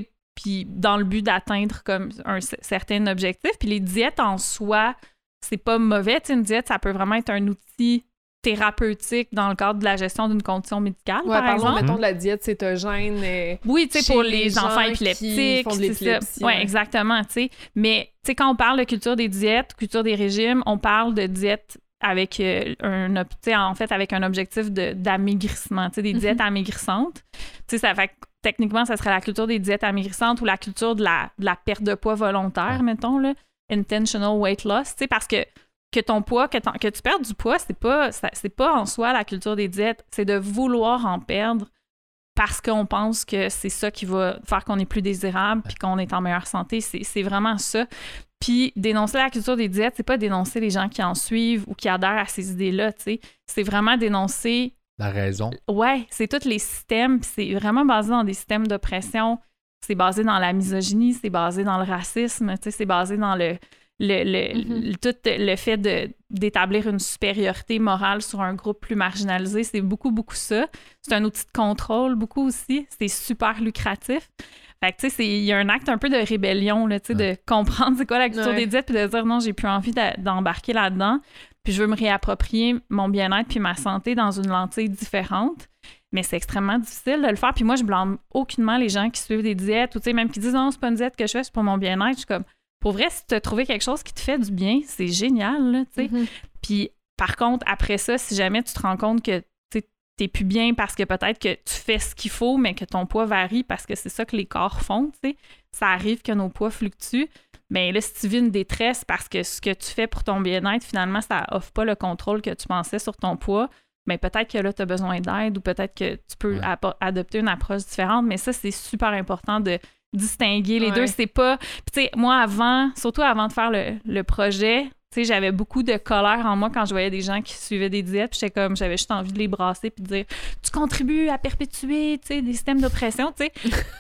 puis dans le but d'atteindre comme un c- certain objectif. Puis les diètes en soi, c'est pas mauvais. Tu sais, une diète, ça peut vraiment être un outil thérapeutique dans le cadre de la gestion d'une condition médicale, Ouais, par par exemple, exemple. mettons de la diète cétogène. euh, Oui, tu sais, chez pour les les gens enfants qui épileptiques, font de c'est l'épilepsie, ça. Ouais, ouais. exactement, tu sais. Mais, tu sais, quand on parle de culture des diètes, culture des régimes, on parle de diètes avec euh, un, ob- tu sais, en fait, avec un objectif de, d'amaigrissement, tu sais, des diètes Mhm. amaigrissantes. Tu sais, ça fait que, techniquement, ça serait la culture des diètes amaigrissantes ou la culture de la, de la perte de poids volontaire, Ouais. mettons, là. Intentional weight loss, tu sais, parce que que ton poids, que, ton- que tu perdes du poids, c'est pas, ça- c'est pas en soi la culture des diètes, c'est de vouloir en perdre parce qu'on pense que c'est ça qui va faire qu'on est plus désirable puis qu'on est en meilleure santé. C'est, c'est vraiment ça. Puis dénoncer la culture des diètes, c'est pas dénoncer les gens qui en suivent ou qui adhèrent à ces idées-là, tu sais. C'est vraiment dénoncer, La raison. ouais, c'est tous les systèmes, puis c'est vraiment basé dans des systèmes d'oppression. C'est basé dans la misogynie, c'est basé dans le racisme, tu sais, c'est basé dans le Le, le, Mhm. le- tout le fait de, d'établir une supériorité morale sur un groupe plus marginalisé, c'est beaucoup, beaucoup ça. C'est un outil de contrôle, beaucoup aussi. C'est super lucratif. Fait que, tu sais, c'est- il y a un acte un peu de rébellion, là, tu sais, Ouais. de comprendre c'est quoi la culture Ouais. des diètes, puis de dire non, j'ai plus envie d'a- d'embarquer là-dedans, puis je veux me réapproprier mon bien-être puis ma santé dans une lentille différente. Mais c'est extrêmement difficile de le faire. Puis moi, je blâme aucunement les gens qui suivent des diètes ou, tu sais, même qui disent non, c'est pas une diète que je fais, c'est pour mon bien-être. Je suis comme, pour vrai, si tu as trouvé quelque chose qui te fait du bien, c'est génial, là, tu sais. Mhm. Puis, par contre, après ça, si jamais tu te rends compte que tu n'es plus bien parce que peut-être que tu fais ce qu'il faut, mais que ton poids varie parce que c'est ça que les corps font, tu sais, ça arrive que nos poids fluctuent. Mais là, si tu vis une détresse parce que ce que tu fais pour ton bien-être, finalement, ça offre pas le contrôle que tu pensais sur ton poids, mais peut-être que là, tu as besoin d'aide ou peut-être que tu peux Ouais. apo- adopter une approche différente. Mais ça, c'est super important de distinguer les Ouais. deux. C'est pas... Puis tu sais, moi, avant, surtout avant de faire le, le projet, tu sais, j'avais beaucoup de colère en moi quand je voyais des gens qui suivaient des diètes. Puis j'étais comme, j'avais juste envie de les brasser puis de dire, tu contribues à perpétuer, tu sais, des systèmes d'oppression, tu sais.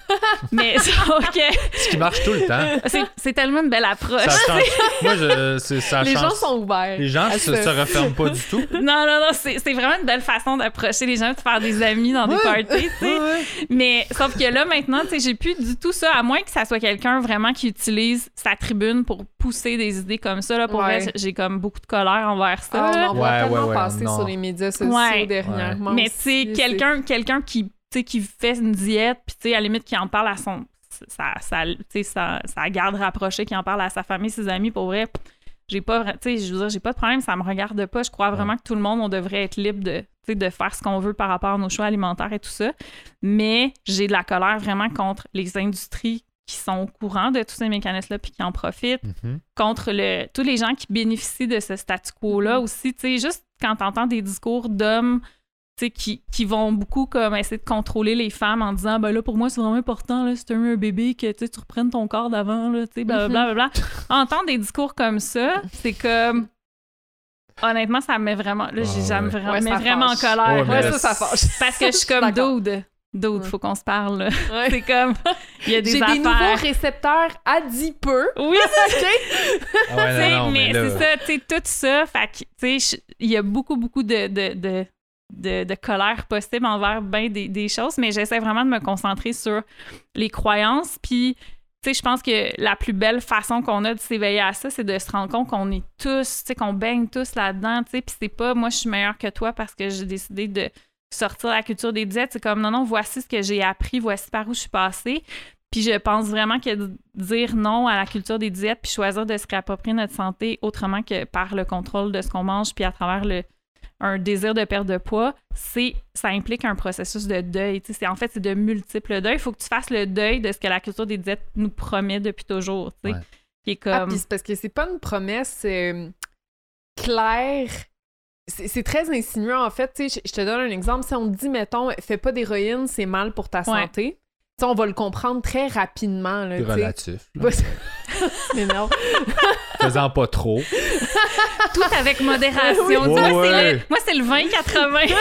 Mais sauf que Ce qui marche tout le temps. c'est, c'est tellement une belle approche. Ça change. Moi, je, c'est, ça Les change. gens sont ouverts. Les gens à se, ça. se referment pas du tout. Non, non, non, c'est, c'est vraiment une belle façon d'approcher les gens, de faire des amis dans des Ouais. parties, tu sais. Mais sauf que là, maintenant, tu sais, j'ai plus du tout ça, à moins que ça soit quelqu'un vraiment qui utilise sa tribune pour pousser des idées comme ça. Là, pour Ouais. vrai, j'ai comme beaucoup de colère envers ça. Ah, on là. en voit Ouais, tellement ouais, ouais, passer non. sur les médias sociaux Ouais. dernièrement. Mais tu sais, aussi, quelqu'un, quelqu'un qui, tu sais, qui fait une diète, puis tu sais, à la limite, qui en parle à son... Ça, ça, tu sais, ça, ça garde rapproché, qui en parle à sa famille, ses amis, pour vrai, j'ai pas... vra- Tu sais, je veux dire, j'ai pas de problème, ça me regarde pas. Je crois vraiment que tout le monde, on devrait être libre de, tu sais, de faire ce qu'on veut par rapport à nos choix alimentaires et tout ça. Mais j'ai de la colère vraiment contre les industries qui sont au courant de tous ces mécanismes-là puis qui en profitent, Mhm. contre le, tous les gens qui bénéficient de ce statu quo-là aussi. Tu sais, juste quand t'entends des discours d'hommes, tu sais, qui, qui vont beaucoup comme essayer de contrôler les femmes en disant, ben là, pour moi, c'est vraiment important, là, si t'as eu un bébé, que tu sais, tu reprennes ton corps d'avant, là, tu sais, blablabla. Bla, bla, bla. Entendre des discours comme ça, c'est comme... Honnêtement, ça me met vraiment... Là, j'ai Ah, jamais ouais. vraiment, Ouais, met ça vraiment en fâche. colère. Ouais, mais Ouais, ça, ça fâche. Parce que je suis comme d'accord. dude. Dude, Ouais. faut qu'on se parle. là. Ouais. C'est comme... Il y a des J'ai affaires... des nouveaux récepteurs adipeux. Oui, OK? Ah ouais, Tu sais, non, non, mais, mais là- c'est ça, tu sais, tout ça, fait que, tu sais, je- il y a beaucoup, beaucoup de, de, de, de, de colère possible envers ben des, des choses, mais j'essaie vraiment de me concentrer sur les croyances, puis, tu sais, je pense que la plus belle façon qu'on a de s'éveiller à ça, c'est de se rendre compte qu'on est tous, tu sais, qu'on baigne tous là-dedans, tu sais, puis c'est pas, moi, je suis meilleure que toi parce que j'ai décidé de sortir la culture des diètes, c'est comme, non, non, voici ce que j'ai appris, voici par où je suis passée. Puis je pense vraiment que de dire non à la culture des diètes puis choisir de se réapproprier notre santé autrement que par le contrôle de ce qu'on mange puis à travers le, un désir de perte de poids, c'est ça implique un processus de deuil. Tu sais, c'est, en fait, c'est de multiples deuils. Il faut que tu fasses le deuil de ce que la culture des diètes nous promet depuis toujours. Tu sais, Ouais. qui est Ah, comme... puis c'est parce que c'est pas une promesse euh, claire. C'est c'est très insinuant, en fait. Tu sais, je je te donne un exemple. Si on te dit, mettons, fais pas d'héroïne, c'est mal pour ta Ouais. santé, tu sais, on va le comprendre très rapidement. Là, C'est tu sais. relatif. là. Bah, c'est- m'énerve. Faisant pas trop. tout avec modération. Oui. Tu vois, Ouais, c'est ouais. le- moi, c'est le vingt quatre-vingts.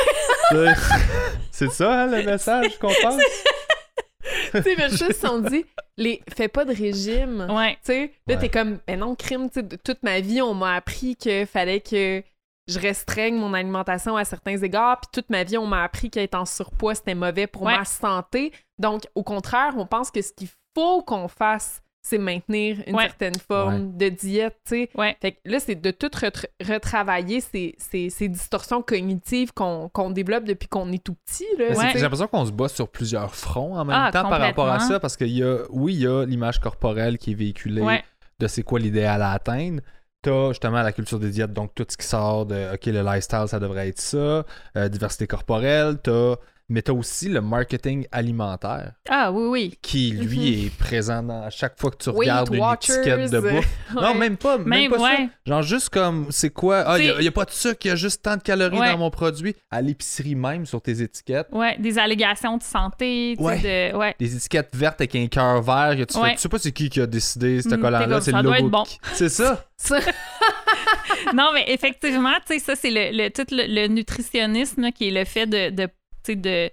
C'est ça, hein, le message qu'on passe? Tu sais, versus si on dit, les, fais pas de régime. Ouais. Tu sais, là, Ouais. t'es comme, ben non, crime, tu sais, de- toute ma vie, on m'a appris qu'il fallait que je restreigne mon alimentation à certains égards, puis toute ma vie, on m'a appris qu'être en surpoids, c'était mauvais pour Ouais. ma santé. Donc, au contraire, on pense que ce qu'il faut qu'on fasse, c'est maintenir une Ouais. certaine forme de diète, tu sais. Ouais. Fait que là, c'est de tout retra- retravailler ces, ces, ces distorsions cognitives qu'on qu'on développe depuis qu'on est tout petit, là. Mais c'est- Ouais. J'ai l'impression qu'on se bat sur plusieurs fronts en même Ah, temps par rapport à complètement. ça, parce qu'il y a, oui, il y a l'image corporelle qui est véhiculée Ouais. de c'est quoi l'idéal à atteindre. T'as justement la culture des diètes, donc tout ce qui sort de OK, le lifestyle, ça devrait être ça, euh, diversité corporelle, t'as... mais t'as aussi le marketing alimentaire Ah oui, oui. qui, lui, est présent dans à chaque fois que tu Weight regardes une Watchers, étiquette de bouffe. Non, ouais. même pas, même, Même, pas ça. ouais. Genre juste comme, c'est quoi? Ah, il T'sais- n'y a, pas de sucre, il y a juste tant de calories Ouais. dans mon produit. À l'épicerie même, sur tes étiquettes. Ouais, des allégations de santé, tu sais, Ouais. de... Ouais. Des étiquettes vertes avec un cœur vert. Que tu, Ouais. fais, tu sais pas c'est qui qui a décidé ce Mm, t'es collant-là. comme, C'est ça le doit logo. être bon. qui- C'est ça. Ça, Non, mais effectivement, tu sais, ça, c'est le, le, tout le, le nutritionnisme là, qui est le fait de, de, tu sais, de,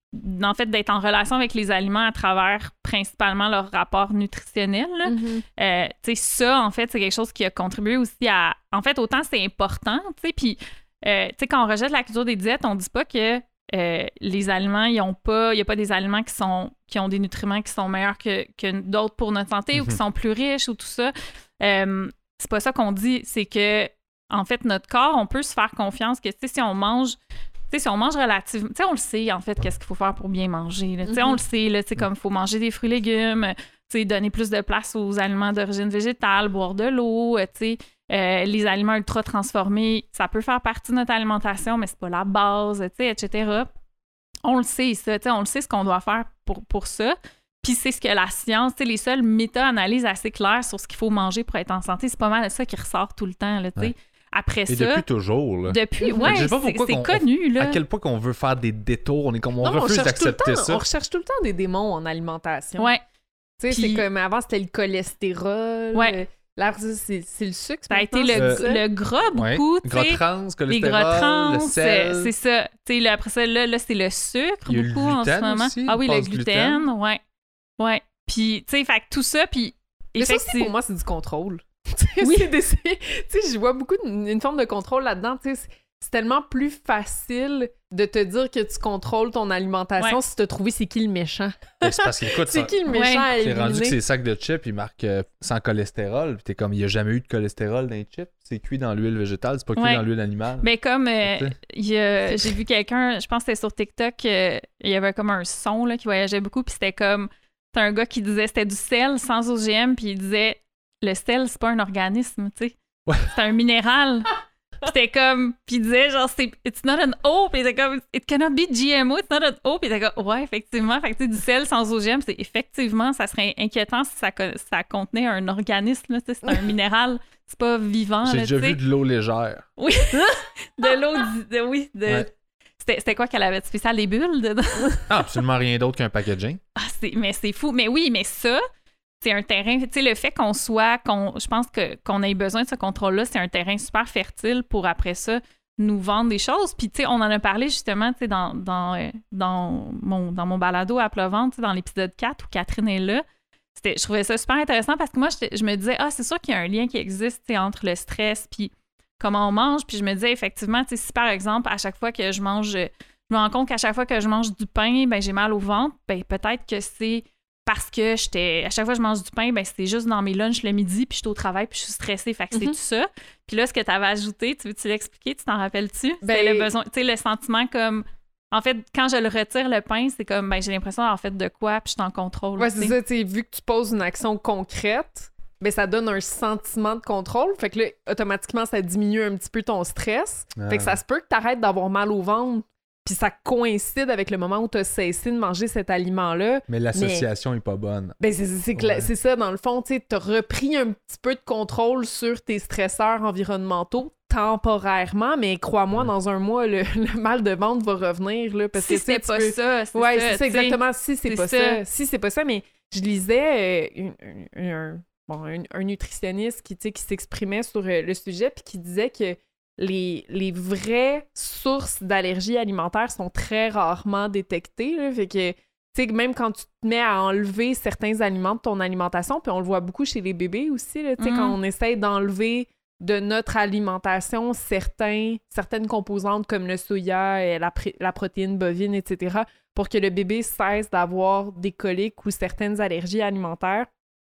en fait, d'être en relation avec les aliments à travers principalement leur rapport nutritionnel. là. Mhm. Euh, tu sais, ça, en fait, c'est quelque chose qui a contribué aussi à... En fait, autant c'est important, tu sais, puis, euh, tu sais, quand on rejette la culture des diètes, on dit pas que euh, les aliments, ils ont pas... Il n'y a pas des aliments qui sont qui ont des nutriments qui sont meilleurs que, que d'autres pour notre santé ou qui Mhm. sont plus riches ou tout ça. Euh, c'est pas ça qu'on dit, c'est que, en fait, notre corps, on peut se faire confiance que, tu sais, si on mange... Tu sais, si on mange relativement... Tu sais, on le sait, en fait, qu'est-ce qu'il faut faire pour bien manger. là. Tu sais, Mhm. on le sait, là, tu sais, comme il faut manger des fruits et légumes, tu sais, donner plus de place aux aliments d'origine végétale, boire de l'eau, euh, tu sais, euh, les aliments ultra transformés, ça peut faire partie de notre alimentation, mais c'est pas la base, tu sais, et cetera. On le sait, ça, tu sais, on le sait ce qu'on doit faire pour, pour ça. Puis c'est ce que la science, tu sais, les seules méta-analyses assez claires sur ce qu'il faut manger pour être en santé, c'est pas mal de ça qui ressort tout le temps, là, tu sais. Ouais. Après Et ça... depuis toujours. Là. Depuis, Mhm. ouais, Je sais pas c'est pourquoi c'est qu'on- connu, là. À quel point qu'on veut faire des détours. On est comme on Non, on refuse cherche tout le d'accepter temps- ça. On recherche tout le temps des démons en alimentation. Ouais, Tu sais, Puis- c'est comme avant, c'était le cholestérol. Ouais. euh, Là, c'est c'est le sucre. ça a été maintenant, le, c'est ça? le gras Ouais. beaucoup, tu Gras sais. trans, Les cholestérol, gras trans, le c'est sel. c'est ça. Tu sais, là, après ça, là, là c'est le sucre Il y a le beaucoup en ce gluten moment. aussi, ah une oui, le passe gluten, gluten. ouais. Ouais. Puis, tu sais, fait que tout ça, puis Mais ça aussi, effectivement... pour moi, c'est du contrôle. Tu sais, Oui. c'est des- c'est- tu sais, je vois beaucoup d'une une forme de contrôle là-dedans. Tu sais, c'est- c'est tellement plus facile de te dire que tu contrôles ton alimentation Ouais. si tu as trouvé c'est qui le méchant. Mais c'est parce qu'écoute, C'est ça- qui le Ouais. méchant à c'est rendu que éliminer? ces sacs de chips, ils marquent euh, sans cholestérol. Puis t'es comme, il n'y a jamais eu de cholestérol dans les chips. C'est cuit dans l'huile végétale, c'est pas cuit Ouais. dans l'huile animale. Mais comme euh, Tu sais. il y a- j'ai vu quelqu'un, je pense que c'était sur TikTok, euh, il y avait comme un son là, qui voyageait beaucoup, puis c'était comme, c'était un gars qui disait c'était du sel sans O G M, puis il disait le sel c'est pas un organisme, tu sais, Ouais. c'est un minéral. Puis c'était comme, puis il disait genre c'est it's not an O, puis il était comme it cannot be G M O, it's not an O, puis il était comme ouais effectivement, fait que tu sais du sel sans O G M, c'est effectivement ça serait inquiétant si ça, co- ça contenait un organisme là, tu sais, c'est un minéral, c'est pas vivant J'ai là, déjà tu sais. vu de l'eau légère. Oui, de l'eau, di- de, oui, de... Ouais. C'était, c'était quoi qu'elle avait de spécial, des bulles dedans? Ah, absolument rien d'autre qu'un packaging. Ah, c'est, mais c'est fou. Mais oui, mais ça, c'est un terrain, tu sais, le fait qu'on soit, qu'on, je pense que, qu'on ait besoin de ce contrôle-là, c'est un terrain super fertile pour, après ça, nous vendre des choses. Puis, tu sais, on en a parlé justement, tu sais, dans, dans, euh, dans, mon, dans mon balado à Pleuvante, tu sais, dans l'épisode quatre où Catherine est là. C'était, je trouvais ça super intéressant parce que moi, j'étais- je me disais, ah, c'est sûr qu'il y a un lien qui existe, tu sais, entre le stress puis comment on mange. Puis je me disais, effectivement, tu sais, si par exemple, à chaque fois que je mange, je me rends compte qu'à chaque fois que je mange du pain, ben j'ai mal au ventre, ben peut-être que c'est parce que j'étais à chaque fois que je mange du pain, ben c'est juste dans mes lunchs le midi, puis je suis au travail, puis je suis stressée, fait que c'est Mhm. tout ça. Puis là, ce que tu avais ajouté, tu veux-tu l'expliquer? Tu t'en rappelles-tu? Ben- C'était le besoin, tu sais, le sentiment comme... En fait, quand je le retire, le pain, c'est comme, ben j'ai l'impression d'avoir fait de quoi, puis je suis en contrôle. Ouais, tu c'est sais. ça, tu sais, vu que tu poses une action concrète, ben ça donne un sentiment de contrôle. Fait que là, automatiquement, ça diminue un petit peu ton stress. Fait que ça se peut que tu arrêtes d'avoir mal au ventre, puis ça coïncide avec le moment où tu as cessé de manger cet aliment-là. Mais l'association est pas bonne. Ben c'est, c'est, cla- Ouais. c'est ça, dans le fond, tu sais, t'as repris un petit peu de contrôle sur tes stresseurs environnementaux temporairement, mais crois-moi, Ouais. dans un mois, le, le mal de ventre va revenir, là, parce Si que tu sais, c'est tu pas peux- ça, c'est Ouais, ça, c'est ça, tu sais. exactement. Si c'est c'est pas ça. ça. Si c'est pas ça, mais je lisais euh, une- une- un, bon, un, un nutritionniste qui, tu sais, qui s'exprimait sur euh, le sujet puis qui disait que les, les vraies sources d'allergies alimentaires sont très rarement détectées. Là, fait que, tu sais, même quand tu te mets à enlever certains aliments de ton alimentation, puis on le voit beaucoup chez les bébés aussi, là, tu sais, Mhm. quand on essaye d'enlever de notre alimentation certains, certaines composantes comme le soya, et la, pr- la protéine bovine, et cetera, pour que le bébé cesse d'avoir des coliques ou certaines allergies alimentaires.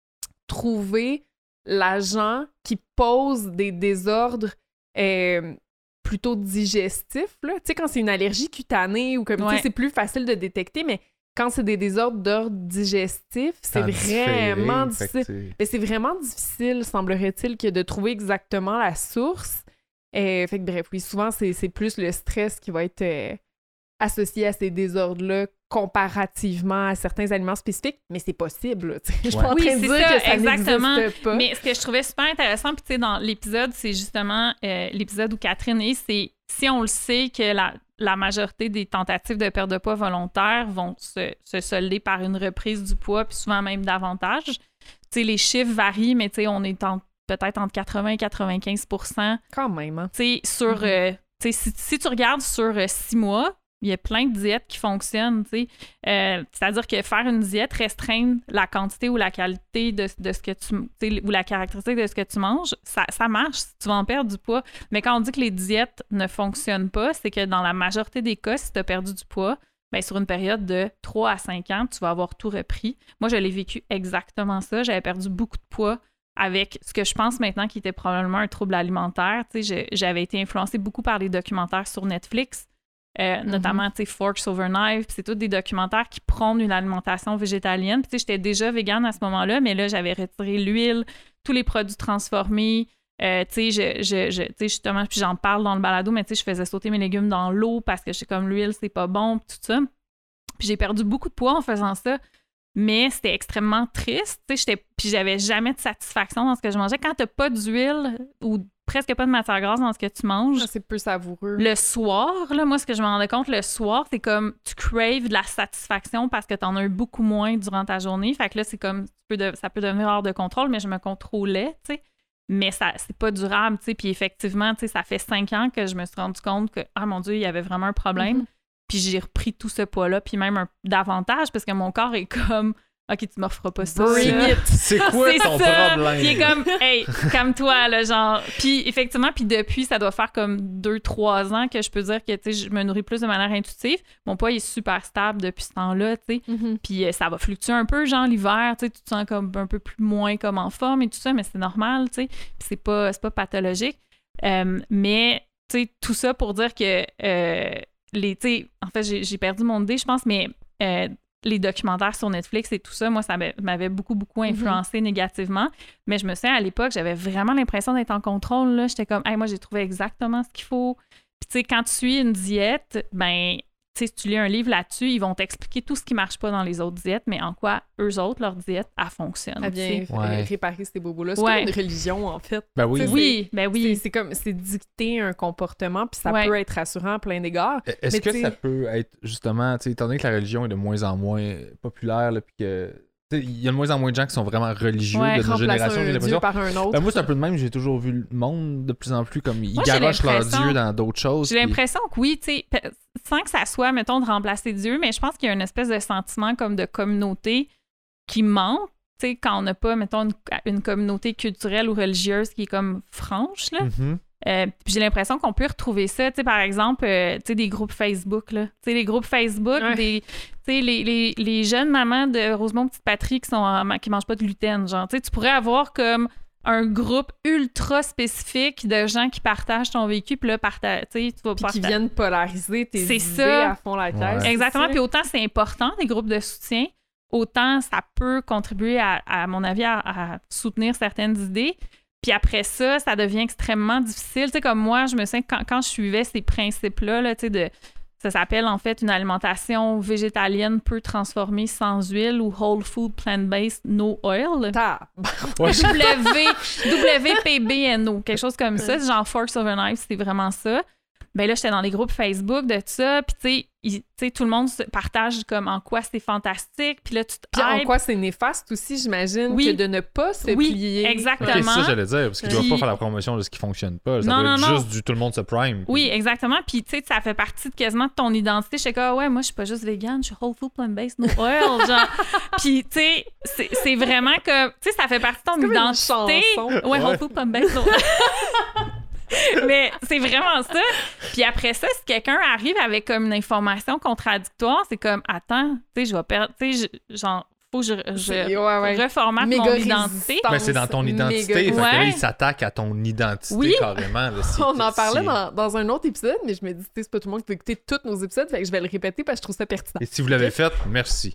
Trouver l'agent qui pose des désordres euh, plutôt digestifs. Là. Tu sais, quand c'est une allergie cutanée ou comme, ouais. tu sais, c'est plus facile de détecter, mais quand c'est des désordres d'ordre digestif, c'est vraiment difficile. Mais c'est vraiment difficile, semblerait-il, que de trouver exactement la source. Euh, fait que bref, oui, souvent, c'est, c'est plus le stress qui va être euh, associé à ces désordres-là comparativement à certains aliments spécifiques, mais c'est possible. Là, je suis ouais. pas en train oui, de dire ça, que ça exactement. n'existe pas. Mais ce que je trouvais super intéressant, puis tu sais, dans l'épisode, c'est justement euh, l'épisode où Catherine est, c'est si on le sait que la, la majorité des tentatives de perte de poids volontaire vont se, se solder par une reprise du poids, puis souvent même davantage. Tu sais, les chiffres varient, mais tu sais, on est en, peut-être entre quatre-vingts et quatre-vingt-quinze pour cent. Quand même, hein? Tu sais, sur... Mm-hmm. Euh, tu sais, si, si tu regardes sur euh, six mois, il y a plein de diètes qui fonctionnent, tu sais. Euh, c'est-à-dire que faire une diète, restreindre la quantité ou la qualité de, de ce que tu... ou la caractéristique de ce que tu manges, ça, ça marche si tu vas en perdre du poids. Mais quand on dit que les diètes ne fonctionnent pas, c'est que dans la majorité des cas, si tu as perdu du poids, bien, sur une période de trois à cinq ans, tu vas avoir tout repris. Moi, je l'ai vécu exactement ça. J'avais perdu beaucoup de poids avec ce que je pense maintenant qui était probablement un trouble alimentaire. Tu sais, je, j'avais été influencée beaucoup par les documentaires sur Netflix. Euh, notamment, mm-hmm. tu sais, Forks Over Knife, c'est tous des documentaires qui prônent une alimentation végétalienne. Puis, tu sais, j'étais déjà végane à ce moment-là, mais là, j'avais retiré l'huile, tous les produits transformés. Euh, tu sais, je, je, je, tu sais, justement, puis j'en parle dans le balado, mais tu sais, je faisais sauter mes légumes dans l'eau parce que je sais comme l'huile, c'est pas bon, puis tout ça. Puis j'ai perdu beaucoup de poids en faisant ça, mais c'était extrêmement triste. Tu sais, j'étais, puis j'avais jamais de satisfaction dans ce que je mangeais. Quand t'as pas d'huile ou presque pas de matière grasse dans ce que tu manges. C'est peu savoureux. Le soir, là, moi, ce que je me rendais compte, le soir, c'est comme tu craves de la satisfaction parce que t'en as eu beaucoup moins durant ta journée. Fait que là, c'est comme, tu peux de, ça peut devenir hors de contrôle, mais je me contrôlais, tu sais. Mais ça, c'est pas durable, tu sais. Puis effectivement, tu sais, ça fait cinq ans que je me suis rendu compte que, ah mon Dieu, il y avait vraiment un problème. Mm-hmm. Puis j'ai repris tout ce poids-là, puis même un, davantage, parce que mon corps est comme... OK, tu m'offres pas ça. Bring it! C'est quoi c'est ton ça. problème? Puis il est comme, hey, calme-toi, là, genre. Puis effectivement, puis depuis, ça doit faire comme deux, trois ans que je peux dire que, tu sais, je me nourris plus de manière intuitive. Mon poids est super stable depuis ce temps-là, tu sais. Mm-hmm. Puis euh, ça va fluctuer un peu, genre l'hiver, tu sais, tu te sens comme un peu plus moins comme en forme et tout ça, mais c'est normal, tu sais. Puis c'est pas, c'est pas pathologique. Euh, mais, tu sais, tout ça pour dire que, euh, les, tu sais, en fait, j'ai, j'ai perdu mon idée, je pense, mais... Euh, les documentaires sur Netflix et tout ça, moi, ça m'avait beaucoup, beaucoup influencé mm-hmm. négativement. Mais je me souviens, à l'époque, j'avais vraiment l'impression d'être en contrôle. Là. J'étais comme, hey, moi, j'ai trouvé exactement ce qu'il faut. Puis, tu sais, quand tu suis une diète, ben, tu sais, si tu lis un livre là-dessus, ils vont t'expliquer tout ce qui marche pas dans les autres diètes, mais en quoi, eux autres, leur diète, elle fonctionne. Elle vient ouais. réparer ces bobos-là. C'est ouais. comme une religion, en fait. Ben oui. Oui, ben oui. C'est, c'est comme, c'est dicter un comportement, puis ça ouais. peut être rassurant à plein d'égards. Est-ce mais que t'sais... ça peut être, justement, tu sais, étant donné que la religion est de moins en moins populaire, puis que... Il y a de moins en moins de gens qui sont vraiment religieux ouais, de notre génération, j'ai l'impression. Par un autre. Ben moi, c'est un peu le même. J'ai toujours vu le monde de plus en plus comme ils moi, garochent leur Dieu dans d'autres choses. J'ai puis... l'impression que oui, tu sais, sans que ça soit, mettons, de remplacer Dieu, mais je pense qu'il y a une espèce de sentiment comme de communauté qui manque, tu sais, quand on n'a pas, mettons, une, une communauté culturelle ou religieuse qui est comme franche, là. Mm-hmm. Euh, puis j'ai l'impression qu'on peut retrouver ça, tu sais, par exemple, euh, tu sais, des groupes Facebook, là. Tu sais, les groupes Facebook, ouais. des... Tu sais, les, les, les jeunes mamans de Rosemont Petite Patrie qui, sont en, qui mangent pas de gluten, genre, tu sais, tu pourrais avoir comme un groupe ultra spécifique de gens qui partagent ton vécu, puis là, parta- tu vas puis parta- qui viennent polariser tes c'est idées ça. à fond la tête. Ouais. Exactement, puis autant c'est important, des groupes de soutien, autant ça peut contribuer, à, à mon avis, à, à soutenir certaines idées. Puis après ça, ça devient extrêmement difficile. Tu sais, comme moi, je me sens quand, quand je suivais ces principes-là, là, tu sais, de... Ça s'appelle en fait une alimentation végétalienne peu transformée sans huile ou whole food plant-based no oil. Ta... Ouais. W, W P B N O, quelque chose comme ça. Genre Forks Over Knife, c'est vraiment ça. ben là, j'étais dans des groupes Facebook de tout ça, puis tu sais, il- tu sais, tout le monde se partage comme en quoi c'est fantastique, puis là, tu te Puis en hypes. quoi c'est néfaste aussi, j'imagine, Oui. que de ne pas se Oui, plier. exactement. Ok, c'est ça, j'allais dire, parce qu'ils doivent Puis- pas faire la promotion de ce qui fonctionne pas. Ça Non, doit non, être non. juste du tout le monde se prime. puis- Oui, exactement. Puis, tu sais, ça fait partie de quasiment de ton identité. Je sais que, ah ouais, moi, je suis pas juste végane, je suis whole food plant-based, no oil, genre. Puis, tu sais, c'est c'est vraiment que, tu sais, ça fait partie de ton C'est comme une identité. chanson. Ouais, Ouais. whole food plant-based, no Mais c'est vraiment ça. Puis après ça, si quelqu'un arrive avec comme une information contradictoire, c'est comme, attends, tu sais, je vais perdre, tu sais, je- genre, faut que je, je C'est- ouais, ouais. reformate Méga mon identité. résistance, Mais c'est dans ton identité. méga- Fait que là, Ouais. il s'attaque à ton identité Oui. carrément. là. C'est- On en parlait c'est- dans, dans un autre épisode, mais je me dis, tu sais, c'est pas tout le monde qui peut écouter tous nos épisodes, fait que je vais le répéter parce que je trouve ça pertinent. Et si vous l'avez fait, merci.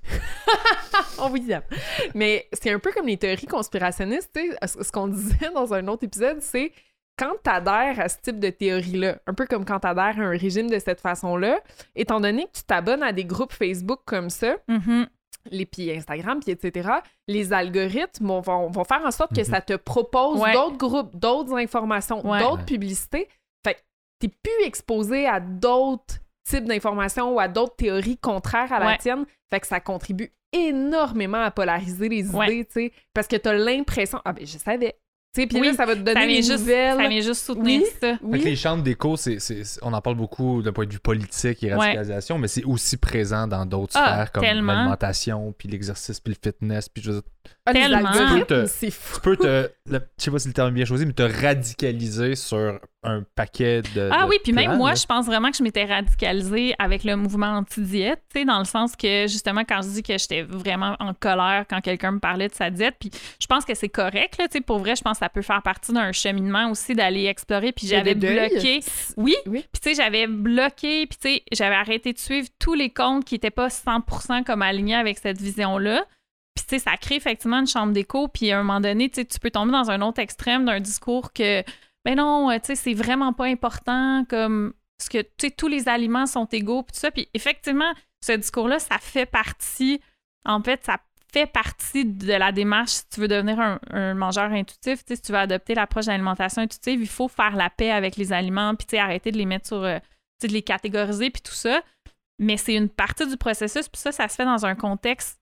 Oh oui, Yann. Mais c'est un peu comme les théories conspirationnistes, tu sais, ce ce qu'on disait dans un autre épisode, c'est quand tu adhères à ce type de théorie-là, un peu comme quand tu adhères à un régime de cette façon-là, étant donné que tu t'abonnes à des groupes Facebook comme ça, Mhm. les puis Instagram, puis et cetera, les algorithmes vont, vont, vont faire en sorte que Mhm. ça te propose Ouais. d'autres groupes, d'autres informations, Ouais. d'autres Ouais. publicités. Fait que t'es plus exposé à d'autres types d'informations ou à d'autres théories contraires à la Ouais. tienne. Fait que ça contribue énormément à polariser les idées, Ouais. tu sais, parce que t'as l'impression « Ah ben, je savais! » Tu sais, puis Oui, là, ça va te Ça donner vient, des juste, nouvelles. ça vient juste soutenir Oui. ça. Fait Oui. que les chambres d'écho, c'est, c'est- c'est- on en parle beaucoup d'un point de vue politique et Ouais. radicalisation, mais c'est aussi présent dans d'autres Ah, sphères comme tellement. l'alimentation, puis l'exercice, puis le fitness, puis je veux dire, Ah, les tellement. algorithmes, Tu peux te- c'est fou. tu peux te, le- je sais pas si le terme est bien choisi, mais te radicaliser sur un paquet de Ah de oui, puis même plans, moi, là. je pense vraiment que je m'étais radicalisée avec le mouvement anti-diète, tu sais, dans le sens que, justement, quand je dis que j'étais vraiment en colère quand quelqu'un me parlait de sa diète, puis je pense que c'est correct, là, tu sais, pour vrai, je pense que ça peut faire partie d'un cheminement aussi d'aller explorer, puis j'avais de deuil. bloqué... Oui, Oui. puis tu sais, j'avais bloqué, puis tu sais, j'avais arrêté de suivre tous les comptes qui n'étaient pas cent pour cent comme alignés avec cette vision-là. Puis tu sais, ça crée effectivement une chambre d'écho, puis à un moment donné, tu sais, tu peux tomber dans un autre extrême d'un discours que, ben non, euh, tu sais, c'est vraiment pas important, comme, parce que, tu sais, tous les aliments sont égaux, puis tout ça. Puis effectivement, ce discours-là, ça fait partie, en fait, ça fait partie de la démarche si tu veux devenir un, un mangeur intuitif, tu sais, si tu veux adopter l'approche d'alimentation intuitive, il faut faire la paix avec les aliments, puis tu sais, arrêter de les mettre sur, euh, tu sais, de les catégoriser, puis tout ça. Mais c'est une partie du processus, puis ça, ça se fait dans un contexte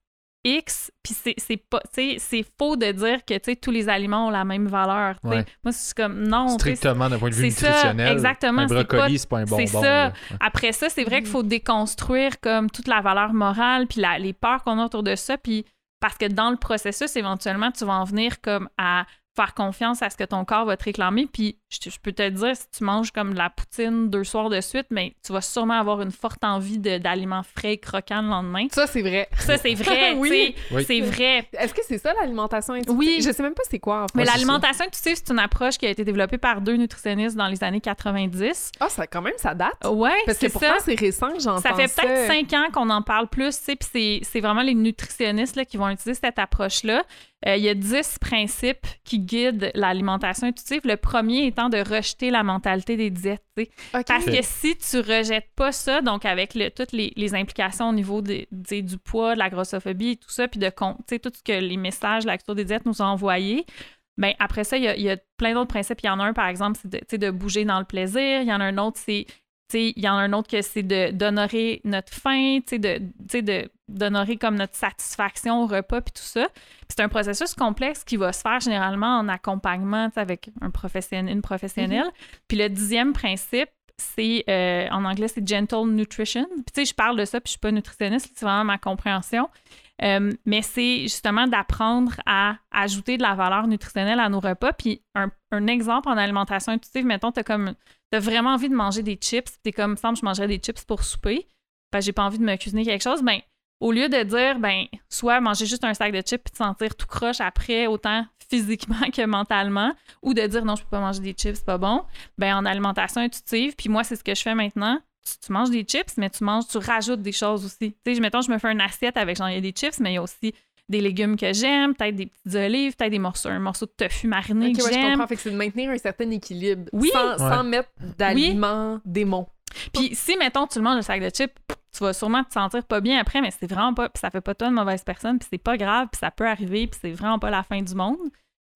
X, puis c'est, c'est pas, tu sais, c'est faux de dire que, tu sais, tous les aliments ont la même valeur, tu sais. Ouais. Moi, c'est comme, non, tu sais, Strictement d'un point de vue c'est ça, nutritionnel. exactement, Un c'est brocoli, pas- c'est pas un bonbon. c'est ça. là. après ça, c'est vrai qu'il faut déconstruire comme toute la valeur morale, puis la- les peurs qu'on a autour de ça, puis parce que dans le processus, éventuellement, tu vas en venir comme à faire confiance à ce que ton corps va te réclamer, puis je, je peux te dire, si tu manges comme de la poutine deux soirs de suite, mais tu vas sûrement avoir une forte envie de- d'aliments frais et croquants le lendemain. Ça, c'est vrai. Ça, c'est vrai, Oui. tu sais, Oui. c'est vrai. Est-ce que c'est ça l'alimentation intuitive? Oui. Je sais même pas c'est quoi en fait. Mais Ouais, c'est l'alimentation intuitive, c'est une approche qui a été développée par deux nutritionnistes dans les années quatre-vingt-dix. Ah, ça quand même, ça date. Ouais, Parce que c'est pourtant, ça. c'est récent que j'entends ça. Ça fait peut-être cinq ans qu'on en parle plus, tu sais, puis c'est, c'est vraiment les nutritionnistes là, qui vont utiliser cette approche-là. Euh, il y a dix principes qui guident l'alimentation intuitive. Le premier étant de rejeter la mentalité des diètes, tu sais. Ok. Parce que si tu rejettes pas ça, donc avec le, toutes les, les implications au niveau de, de- du poids, de la grossophobie et tout ça, puis de con- tu sais, tout ce que les messages de la culture des diètes nous ont envoyé, ben après ça, il y a, il y a plein d'autres principes. Il y en a un, par exemple, c'est de, tu sais, de bouger dans le plaisir. Il y en a un autre, c'est tu sais, il y en a un autre que c'est de, d'honorer notre faim, tu sais, de, tu sais, de, d'honorer comme notre satisfaction au repas, puis tout ça. Puis c'est un processus complexe qui va se faire généralement en accompagnement, tu sais, avec un professionnel, une professionnelle. Puis le dixième principe, c'est, euh, en anglais, c'est gentle nutrition. Puis tu sais, je parle de ça, puis je suis pas nutritionniste, c'est vraiment ma compréhension. Euh, mais c'est justement d'apprendre à ajouter de la valeur nutritionnelle à nos repas. Puis un, un exemple en alimentation intuitive, mettons, t'as comme t'as vraiment envie de manger des chips, t'es comme, semble je mangerais des chips pour souper, ben j'ai pas envie de me cuisiner quelque chose, ben au lieu de dire, ben soit manger juste un sac de chips puis te sentir tout croche après, autant physiquement que mentalement, ou de dire non, je peux pas manger des chips, c'est pas bon, ben en alimentation intuitive, puis moi, c'est ce que je fais maintenant, tu, tu manges des chips, mais tu manges, tu rajoutes des choses aussi. Tu sais, mettons, je me fais une assiette avec, genre, il y a des chips, mais il y a aussi des légumes que j'aime, peut-être des petites olives, peut-être des morceaux, un morceau de tofu mariné Ok, que ouais, je j'aime. comprends. Fait que c'est de maintenir un certain équilibre. Oui. Sans, sans Ouais. mettre d'aliments démons. Puis si, mettons, tu le manges le sac de chips, tu vas sûrement te sentir pas bien après, mais c'est vraiment pas... Puis ça fait pas toi une mauvaise personne, puis c'est pas grave, puis ça peut arriver, puis c'est vraiment pas la fin du monde.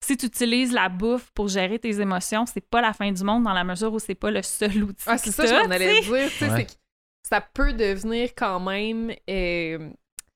si tu utilises la bouffe pour gérer tes émotions, c'est pas la fin du monde dans la mesure où c'est pas le seul outil. Ah, c'est que ça que t'as, j'en allais t'sais. dire. Tu sais, Ouais. c'est que ça peut devenir quand même euh,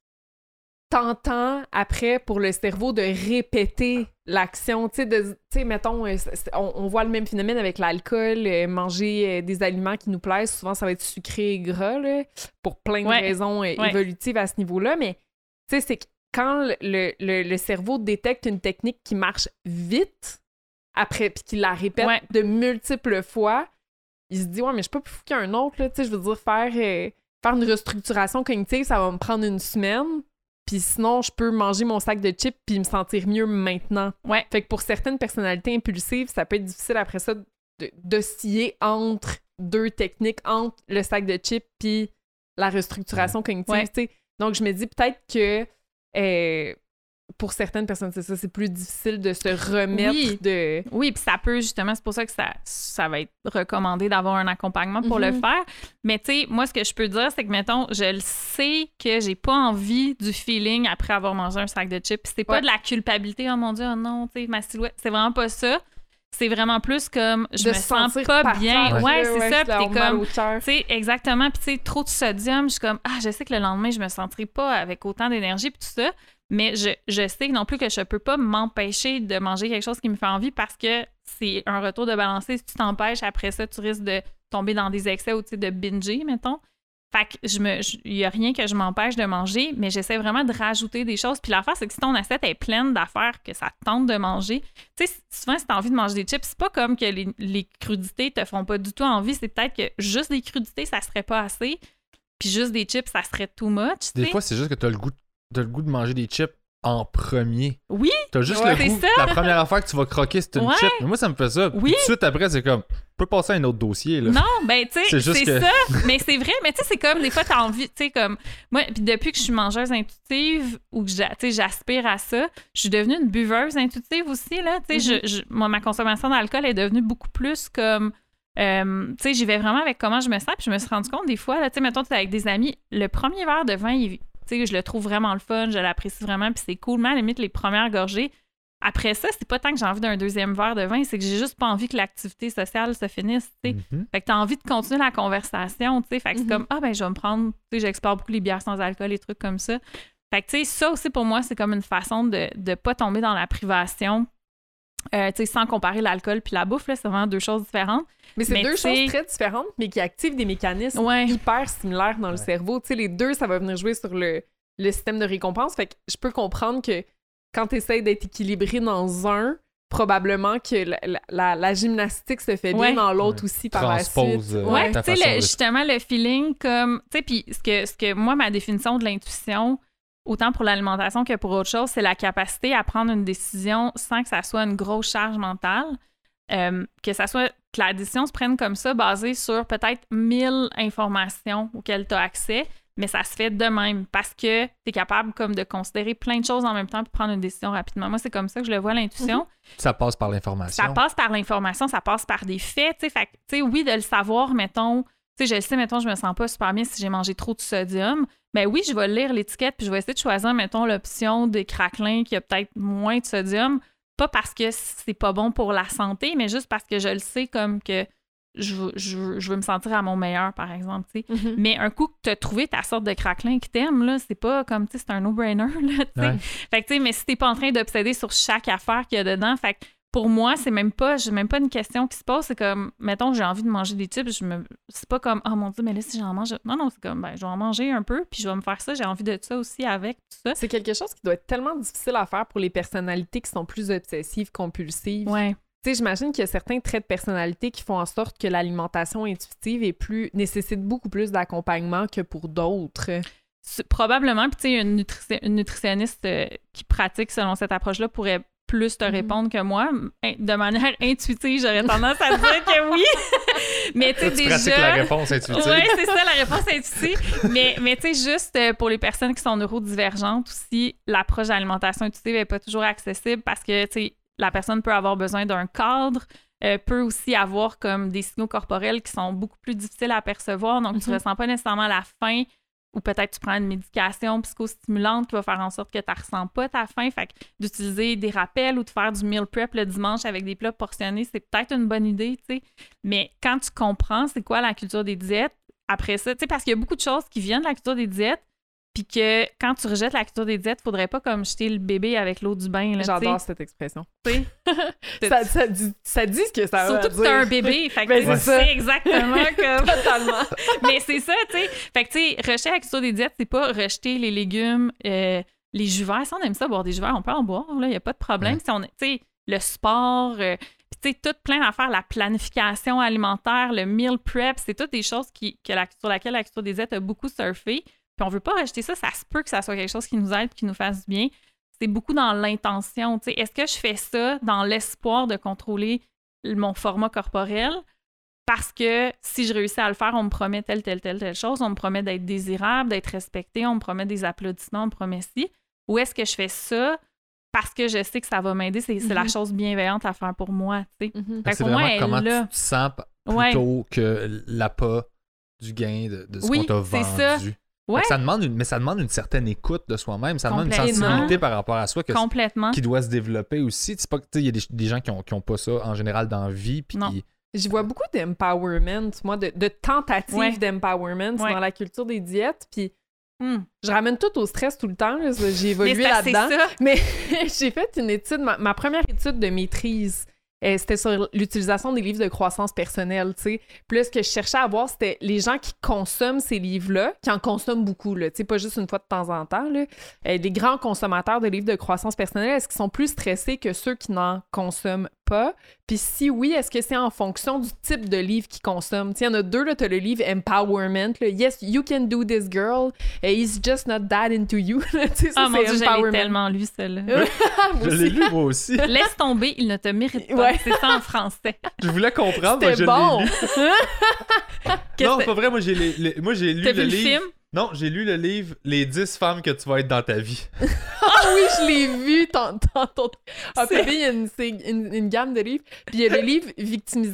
tentant après pour le cerveau de répéter l'action. Tu sais, de- tu sais, mettons, euh, c'est- c'est- on, on voit le même phénomène avec l'alcool, euh, manger euh, des aliments qui nous plaisent. Souvent, ça va être sucré et gras, là, pour plein de Ouais. raisons euh, Ouais. évolutives à ce niveau-là. Mais tu sais, c'est que quand le, le, le- le cerveau détecte une technique qui marche vite, après, puis qu'il la répète Ouais. de multiples fois, il se dit « Ouais, mais je suis pas plus fou qu'un autre, là. » Tu sais, je veux dire, faire, euh, faire une restructuration cognitive, ça va me prendre une semaine. Puis sinon, je peux manger mon sac de chips puis me sentir mieux maintenant. Ouais. Fait que pour certaines personnalités impulsives, ça peut être difficile après ça de- d'osciller entre deux techniques, entre le sac de chips puis la restructuration cognitive. Ouais. tu sais. Donc, je me dis peut-être que euh, pour certaines personnes, c'est ça, c'est plus difficile de se remettre Oui. de... Oui, puis ça peut justement, c'est pour ça que ça, ça va être recommandé d'avoir un accompagnement pour le Mhm. faire. Mais tu sais, moi, ce que je peux dire, c'est que, mettons, je le sais que j'ai pas envie du feeling après avoir mangé un sac de chips. Puis c'est pas Ouais. de la culpabilité, oh mon Dieu, oh non, tu sais, ma silhouette. C'est vraiment pas ça. C'est vraiment plus comme, je de me se sens sentir pas parfaite, bien. là, Ouais, c'est ça. Puis d'avoir t'es mal comme, au cœur. tu sais, exactement. Puis, tu sais, trop de sodium, je suis comme, ah, je sais que le lendemain, je me sentirai pas avec autant d'énergie, puis tout ça. Mais je, je sais non plus que je peux pas m'empêcher de manger quelque chose qui me fait envie parce que c'est un retour de balancer. Si tu t'empêches, après ça, tu risques de tomber dans des excès ou, tu sais, de binger, mettons. Fait que je me, il y a rien que je m'empêche de manger, mais j'essaie vraiment de rajouter des choses. Puis l'affaire, c'est que si ton assiette est pleine d'affaires que ça te tente de manger, tu sais, souvent, si t'as envie de manger des chips, c'est pas comme que les, les crudités te font pas du tout envie. C'est peut-être que juste des crudités, ça serait pas assez. Puis juste des chips, ça serait too much. Des tu sais. fois, c'est juste que t'as le goût, t'as le goût de manger des chips en premier. Oui, T'as juste Ouais, le c'est goût. ça. La première affaire que tu vas croquer, c'est une Ouais. chip. Mais moi, ça me fait ça. Puis Oui. tout de suite après, c'est comme, je peux passer à un autre dossier, là. non, ben tu sais, C'est c'est juste que- ça. Mais c'est vrai, mais tu sais, c'est comme des fois, t'as envie, tu sais, comme moi, puis depuis que je suis mangeuse intuitive ou que j'a- tu sais, j'aspire à ça, je suis devenue une buveuse intuitive aussi, là. Tu sais, Mhm. je- je- moi, ma consommation d'alcool est devenue beaucoup plus comme. euh, tu sais, j'y vais vraiment avec comment je me sens, puis je me suis rendu compte des fois, là, tu sais, mettons, t'es avec des amis, le premier verre de vin, il- tu sais, je le trouve vraiment le fun, je l'apprécie vraiment, puis c'est cool, mais à la limite, les premières gorgées. Après ça, c'est pas tant que j'ai envie d'un deuxième verre de vin, c'est que j'ai juste pas envie que l'activité sociale se finisse, tu sais. Mhm. Fait que t'as envie de continuer la conversation, tu sais. Fait que c'est Mhm. comme, ah ben, je vais me prendre, tu sais, j'explore beaucoup les bières sans alcool, les trucs comme ça. Fait que, tu sais, ça aussi, pour moi, c'est comme une façon de ne pas tomber dans la privation, euh, tu sais, sans comparer l'alcool puis la bouffe, là, c'est vraiment deux choses différentes. Mais c'est Mais deux tu sais- choses très différentes, mais qui activent des mécanismes Ouais. hyper similaires dans le Ouais. cerveau. Tu sais, les deux, ça va venir jouer sur le, le système de récompense. Fait que je peux comprendre que quand tu essaies d'être équilibré dans un, probablement que la, la- la- la gymnastique se fait bien Ouais. dans l'autre Ouais. aussi par la Transpose, suite. euh, Ouais, ta tu sais, façon le- de- justement, le feeling comme, tu sais, puis ce que, ce que moi, ma définition de l'intuition, autant pour l'alimentation que pour autre chose, c'est la capacité à prendre une décision sans que ça soit une grosse charge mentale. Euh, que ça soit que la décision se prenne comme ça, basée sur peut-être mille informations auxquelles tu as accès, mais ça se fait de même parce que tu es capable comme de considérer plein de choses en même temps pour prendre une décision rapidement. Moi, c'est comme ça que je le vois, l'intuition. Ça passe par l'information. Ça passe par l'information, ça passe par des faits, tu sais. Fait que, tu sais, oui, de le savoir, mettons, tu sais, je le sais, mettons, je me sens pas super bien si j'ai mangé trop de sodium. Ben oui, je vais lire l'étiquette puis je vais essayer de choisir, mettons, l'option des craquelins qui a peut-être moins de sodium. Pas parce que c'est pas bon pour la santé, mais juste parce que je le sais comme que je, veux- je, veux- je veux me sentir à mon meilleur, par exemple, tu sais. Mhm. Mais un coup que tu as trouvé ta sorte de craquelin qui t'aime, là, c'est pas comme, tu sais, c'est un no-brainer, là, tu sais. Ouais. Fait que, tu sais, mais si t'es pas en train d'obséder sur chaque affaire qu'il y a dedans, fait que pour moi, c'est même pas, j'ai même pas une question qui se pose, c'est comme, mettons, j'ai envie de manger des chips, je me, c'est pas comme, oh mon Dieu, mais là, si j'en mange, non, non, c'est comme, ben, je vais en manger un peu, puis je vais me faire ça, j'ai envie de ça aussi avec, tout ça. C'est quelque chose qui doit être tellement difficile à faire pour les personnalités qui sont plus obsessives, compulsives. Ouais. Tu sais, j'imagine qu'il y a certains traits de personnalité qui font en sorte que l'alimentation intuitive est plus, nécessite beaucoup plus d'accompagnement que pour d'autres. C'est- Probablement, puis tu sais, une, nutrici- une nutritionniste euh, qui pratique selon cette approche-là pourrait plus te Mhm. répondre que moi. In- De manière intuitive, j'aurais tendance à dire que oui. Mais tu sais, Là, tu déjà... pratiques la réponse intuitive. Oui, c'est ça, la réponse intuitive. mais mais tu sais, juste euh, pour les personnes qui sont neurodivergentes aussi, l'approche d'alimentation intuitive n'est pas toujours accessible parce que, tu sais, la personne peut avoir besoin d'un cadre, euh, peut aussi avoir comme des signaux corporels qui sont beaucoup plus difficiles à percevoir. Donc, tu Mhm. ressens pas nécessairement la faim ou peut-être tu prends une médication psychostimulante qui va faire en sorte que tu ne ressens pas ta faim. Fait que d'utiliser des rappels ou de faire du meal prep le dimanche avec des plats portionnés, c'est peut-être une bonne idée, tu sais. Mais quand tu comprends c'est quoi la culture des diètes, après ça, tu sais, parce qu'il y a beaucoup de choses qui viennent de la culture des diètes, puis que quand tu rejettes la culture des diètes, faudrait pas comme jeter le bébé avec l'eau du bain. Là, J'adore t'sais. cette expression. ça, ça, dit, ça dit ce que ça veut dire. Surtout que t'as un bébé, fait que ben, c'est ça. C'est exactement comme... Totalement. Mais c'est ça, tu sais. Fait que, tu sais, rejeter la culture des diètes, c'est pas rejeter les légumes, euh, les jus verts. Si on aime ça, boire des jus verts, on peut en boire, là, il y a pas de problème. Ouais. Si on, tu sais, le sport... Euh, tu sais, tout plein d'affaires, la planification alimentaire, le meal prep, c'est toutes des choses qui, que la, sur laquelle la culture des diètes a beaucoup surfé. Puis on veut pas rejeter ça, ça se peut que ça soit quelque chose qui nous aide, qui nous fasse du bien. C'est beaucoup dans l'intention. Tu sais, est-ce que je fais ça dans l'espoir de contrôler mon format corporel? Parce que si je réussis à le faire, on me promet telle, telle, telle, telle chose, on me promet d'être désirable, d'être respecté, on me promet des applaudissements, on me promet ci. Ou est-ce que je fais ça parce que je sais que ça va m'aider, c'est, mm-hmm. c'est la chose bienveillante à faire pour moi, tu sais. Mm-hmm. C'est pour vraiment moi, comment là... tu te sens plutôt ouais. que l'appât du gain de, de ce oui, qu'on t'a vendu. Ça. Ouais. Ça demande une, mais ça demande une certaine écoute de soi-même, ça demande une sensibilité par rapport à soi que Complètement. qui doit se développer aussi. C'est pas que il y a des, des gens qui ont, qui ont pas ça en général dans la vie, puis qui... Je vois beaucoup d'empowerment, moi, de, de tentatives ouais. d'empowerment ouais. dans la culture des diètes, puis Mm. je ramène tout au stress tout le temps. Là. J'ai évolué mais là-dedans. Ça. Mais j'ai fait une étude, ma, ma première étude de maîtrise, euh, c'était sur l'utilisation des livres de croissance personnelle. T'sais. Puis là, ce que je cherchais à voir, c'était les gens qui consomment ces livres-là, qui en consomment beaucoup, là, pas juste une fois de temps en temps. Là. Euh, les grands consommateurs de livres de croissance personnelle, est-ce qu'ils sont plus stressés que ceux qui n'en consomment pas? Puis si oui, est-ce que c'est en fonction du type de livre qu'ils consomment? Il y en a deux, tu as le livre Empowerment. Là. Yes, you can do this, girl. Uh, he's just not that into you. ça, oh mon Dieu, j'avais tellement lu celle-là. Je l'ai lu, moi aussi. Laisse tomber, il ne te mérite pas. Ouais. C'est ça en français. Je voulais comprendre, moi, je bon. l'ai lu. Non, c'est pas vrai, moi j'ai, les, les, moi, j'ai lu T'as le vu livre... le film? Non, j'ai lu le livre « Les dix femmes que tu vas être dans ta vie ». Ah oui, je l'ai vu dans ton... Ah, puis il y a une, une, une gamme de livres. Puis il y a le livre « Victimisation »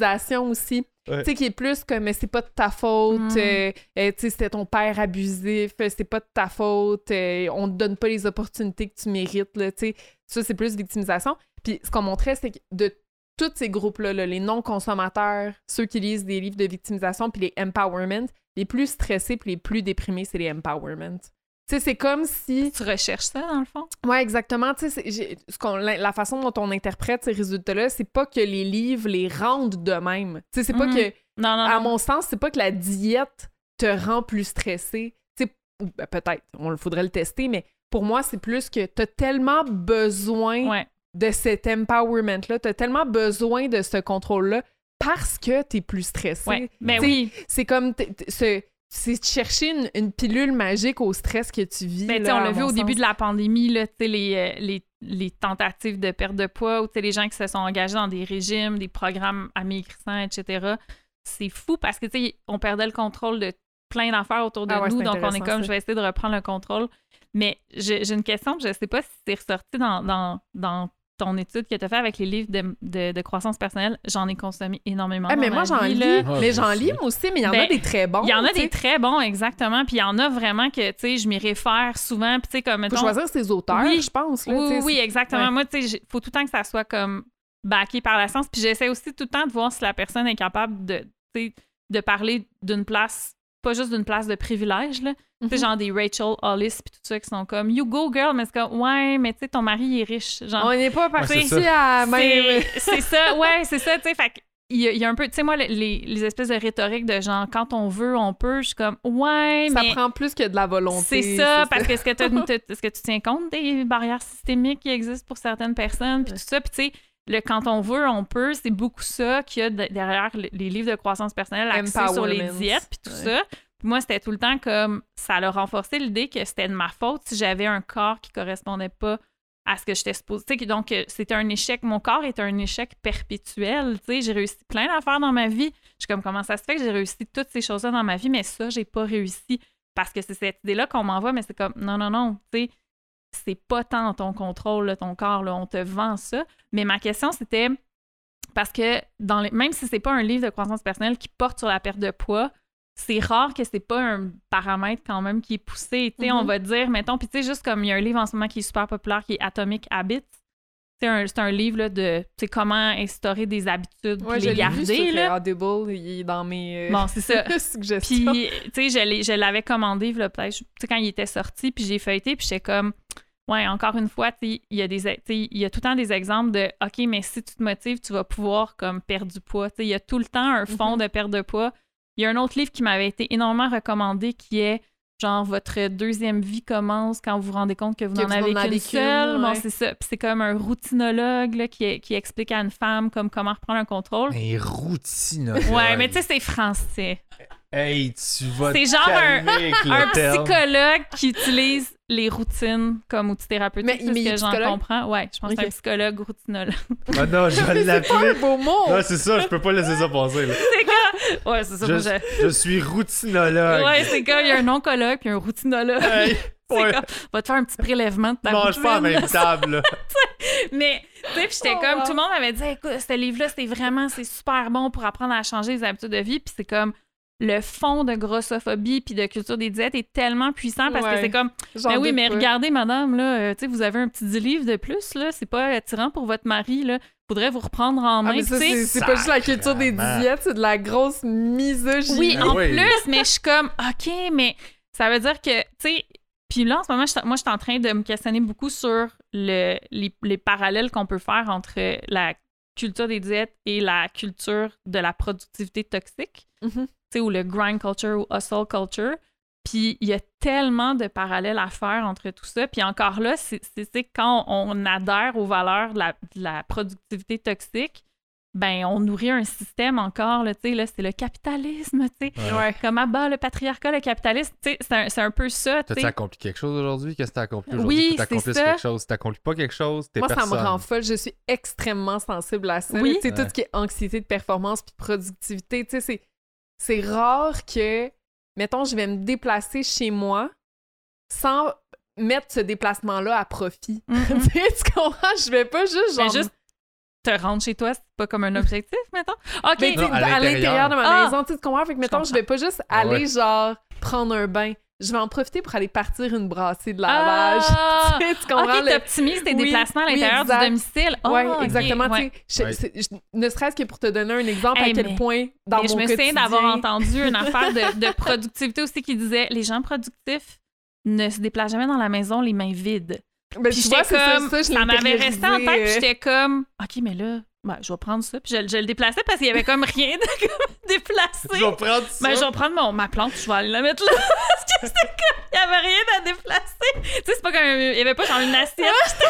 aussi. Ouais. Tu sais, qui est plus comme « mais c'est pas de ta faute mm. euh, euh, tu sais, c'était ton père abusif, c'est pas de ta faute, euh, on te donne pas les opportunités que tu mérites. » Tu sais, ça, c'est plus victimisation. Puis ce qu'on montrait, c'est que de tous ces groupes-là, là, les non-consommateurs, ceux qui lisent des livres de victimisation, puis les empowerment, les plus stressés puis les plus déprimés, c'est les empowerment. Tu sais, c'est comme si... Tu recherches ça, dans le fond? Ouais, exactement. Tu sais, ce qu'on, la, la façon dont on interprète ces résultats-là, c'est pas que les livres les rendent de même. Tu sais, c'est pas mm-hmm. que... Non, non, à non. mon sens, c'est pas que la diète te rend plus stressé. Tu sais, ben, peut-être, on le faudrait le tester, mais pour moi, c'est plus que t'as tellement besoin ouais. de cet empowerment-là, t'as tellement besoin de ce contrôle-là parce que t'es plus stressé. Ouais, ben oui. C'est comme t- t- ce, c'est chercher une, une pilule magique au stress que tu vis. Ben, là, on l'a vu au sens. début de la pandémie, là, les, euh, les, les tentatives de perte de poids ou les gens qui se sont engagés dans des régimes, des programmes amaigrissants, et cetera. C'est fou parce que on perdait le contrôle de plein d'affaires autour de ah ouais, nous. Donc, on est comme, ça. je vais essayer de reprendre le contrôle. Mais j'ai, j'ai une question, je ne sais pas si c'est ressorti dans, dans, dans ton étude que tu as fait avec les livres de, de, de croissance personnelle. J'en ai consommé énormément. Ah, mais moi, j'en vie, lis. là. Mais j'en lis, moi aussi, mais il y en ben, a des très bons. Il y en a t'sais. des très bons, exactement. Puis il y en a vraiment que, tu sais, je m'y réfère souvent. Puis, tu sais, comme. Mettons, faut choisir ses auteurs, oui, je pense. Là, oui, oui, exactement. Ouais. Moi, tu sais, il faut tout le temps que ça soit comme backé par la science. Puis j'essaie aussi tout le temps de voir si la personne est capable de, tu sais, de parler d'une place, pas juste d'une place de privilège, là. Mm-hmm. Tu sais, genre des Rachel Hollis puis tout ça qui sont comme « You go, girl! » Mais c'est comme « Ouais, mais tu sais, ton mari, il est riche. » Genre, on n'est pas parti ouais, à... C'est, c'est ça, ouais, c'est ça, tu sais. Fait il y, a, il y a un peu... Tu sais, moi, les, les espèces de rhétorique de genre « Quand on veut, on peut », je suis comme « Ouais, ça mais... » Ça prend plus que de la volonté. C'est ça, c'est parce ça. que est-ce que, t'as, est-ce que tu tiens compte des barrières systémiques qui existent pour certaines personnes, puis tout ça, puis tu sais... Le « quand on veut, on peut », c'est beaucoup ça qu'il y a de, derrière les livres de croissance personnelle axés sur les diètes puis tout ouais. ça. Puis moi, c'était tout le temps comme... Ça a renforcé l'idée que c'était de ma faute si j'avais un corps qui correspondait pas à ce que j'étais supposée. Donc, c'était un échec. Mon corps était un échec perpétuel. T'sais. J'ai réussi plein d'affaires dans ma vie. Je suis comme, comment ça se fait que j'ai réussi toutes ces choses-là dans ma vie, mais ça, j'ai pas réussi. Parce que c'est cette idée-là qu'on m'envoie, mais c'est comme, non, non, non, tu sais... c'est pas tant ton contrôle, là, ton corps, là, on te vend ça. Mais ma question, c'était parce que dans les, même si c'est pas un livre de croissance personnelle qui porte sur la perte de poids, c'est rare que c'est pas un paramètre quand même qui est poussé. Tu sais, Mm-hmm. on va dire, mettons, puis tu sais, juste comme il y a un livre en ce moment qui est super populaire qui est Atomic Habits. C'est un, c'est un livre là, de comment instaurer des habitudes Ouais, puis je les l'ai garder. vu sur là. euh, Audible, il est dans mes euh, Bon, c'est ça. suggestions. Puis, tu sais, je, l'ai- je l'avais commandé, là, peut-être, tu sais, quand il était sorti, puis j'ai feuilleté, puis j'étais comme, ouais, encore une fois, tu sais, il y a des, tu sais, il y a tout le temps des exemples de, OK, mais si tu te motives, tu vas pouvoir, comme, perdre du poids. Tu sais, il y a tout le temps un fond Mhm. de perte de poids. Il y a un autre livre qui m'avait été énormément recommandé qui est, genre, votre deuxième vie commence quand vous vous rendez compte que vous Que n'en vous avez n'en qu'une avez seule. qu'une, Bon, ouais. c'est ça. Puis c'est comme un routinologue, là, qui, qui explique à une femme, comme, comment reprendre un contrôle. Un routinologue. Ouais, mais tu sais, c'est français. Hey, tu vas C'est te genre un- calmer avec le Un terme. psychologue qui utilise les routines comme outil thérapeutique, Mais- c'est mais il ce est que j'en psychologue? comprends. Ouais, je pense que c'est un Ok. psychologue routinologue. Ah non, je vais C'est pas un l'appeler. beau mot! Non, c'est ça, je peux pas laisser ça passer. Là. C'est comme... Ouais, c'est ça. moi, Je, je- je suis routinologue. Ouais, c'est comme, il y a un oncologue puis un routinologue. Hey, C'est ouais. comme, va te faire un petit prélèvement de ta Mange pas à la routine. même table. là. Mais, tu sais, puis j'étais Oh, comme, wow. tout le monde m'avait dit, écoute, ce livre-là, c'est vraiment, c'est super bon pour apprendre à changer les habitudes de vie. Puis c'est comme, le fond de grossophobie puis de culture des diètes est tellement puissant parce que Ouais. c'est comme, J'en mais oui, doute mais pas. regardez, madame, là, euh, tu sais, vous avez un petit dix livres de plus, là, c'est pas attirant pour votre mari, là. Faudrait vous reprendre en main, Ah, mais ça, tu sais. c'est c'est pas juste la culture des Sacrement. diètes, c'est de la grosse misogynie. Oui, Ah en oui. plus, mais je suis comme, OK, mais ça veut dire que, tu sais, puis là, en ce moment, je suis- moi, je suis en train de me questionner beaucoup sur le, les, les parallèles qu'on peut faire entre la culture des diètes et la culture de la productivité toxique, Mhm. tu sais, ou le grind culture ou hustle culture. Puis il y a tellement de parallèles à faire entre tout ça. Puis encore là, c'est c'est- c'est quand on adhère aux valeurs de la, de la productivité toxique, ben on nourrit un système encore, là, tu sais, là, c'est le capitalisme, tu sais. Ouais. Ouais. Comme à bas le patriarcat, le capitalisme, tu sais, c'est un, c'est un peu ça, tu T'as-tu sais. accompli quelque chose aujourd'hui? Qu'est-ce que t'as accompli aujourd'hui? Oui, Faut t'accomplir c'est ça. quelque chose. Si t'accomplis pas quelque chose, t'es Moi, personne. ça me rend folle. Je suis extrêmement sensible à ça. Oui. Tu sais, Ouais. tout ce qui est anxiété de performance puis productivité, tu sais, c'est, c'est rare que, mettons, je vais me déplacer chez moi sans mettre ce déplacement-là à profit. Mhm. Tu sais, tu comprends? Je vais pas juste, Mais genre... juste te rendre chez toi, c'est pas comme un objectif, mettons. OK. Mais tu sais, Non, à à l'intérieur. l'intérieur de ma Ah! maison, tu sais, tu comprends? Fait que, mettons, comprends. je vais pas juste Ah aller, ouais. genre, prendre un bain. Je vais en profiter pour aller partir une brassée de lavage. Ah! Tu sais, tu comprends? OK, le- t'optimises tes Oui, déplacements à oui, l'intérieur exact. du domicile. Oui, Ah, OK, exactement. ouais. Tu sais, je- Ouais. c'est- je- ne serait-ce que pour te donner un exemple Hey, à quel mais- point, dans Mais mon je me quotidien... souviens d'avoir entendu une affaire de, de productivité aussi qui disait les gens productifs ne se déplacent jamais dans la maison les mains vides. Ben, Puis tu vois, j'étais c'est comme, ça, ça, je ça l'ai m'avait resté en tête, puis intériorisé, euh, j'étais comme, OK, mais là, ben, je vais prendre ça. Puis je, je le déplaçais parce qu'il y avait comme rien de comme, déplacé. Je vais prendre ça. Ben, je vais prendre mon, ma plante, je vais aller la mettre là. Parce que c'était comme, il y avait rien à déplacer. Tu sais, c'est pas comme, il y avait pas genre une assiette.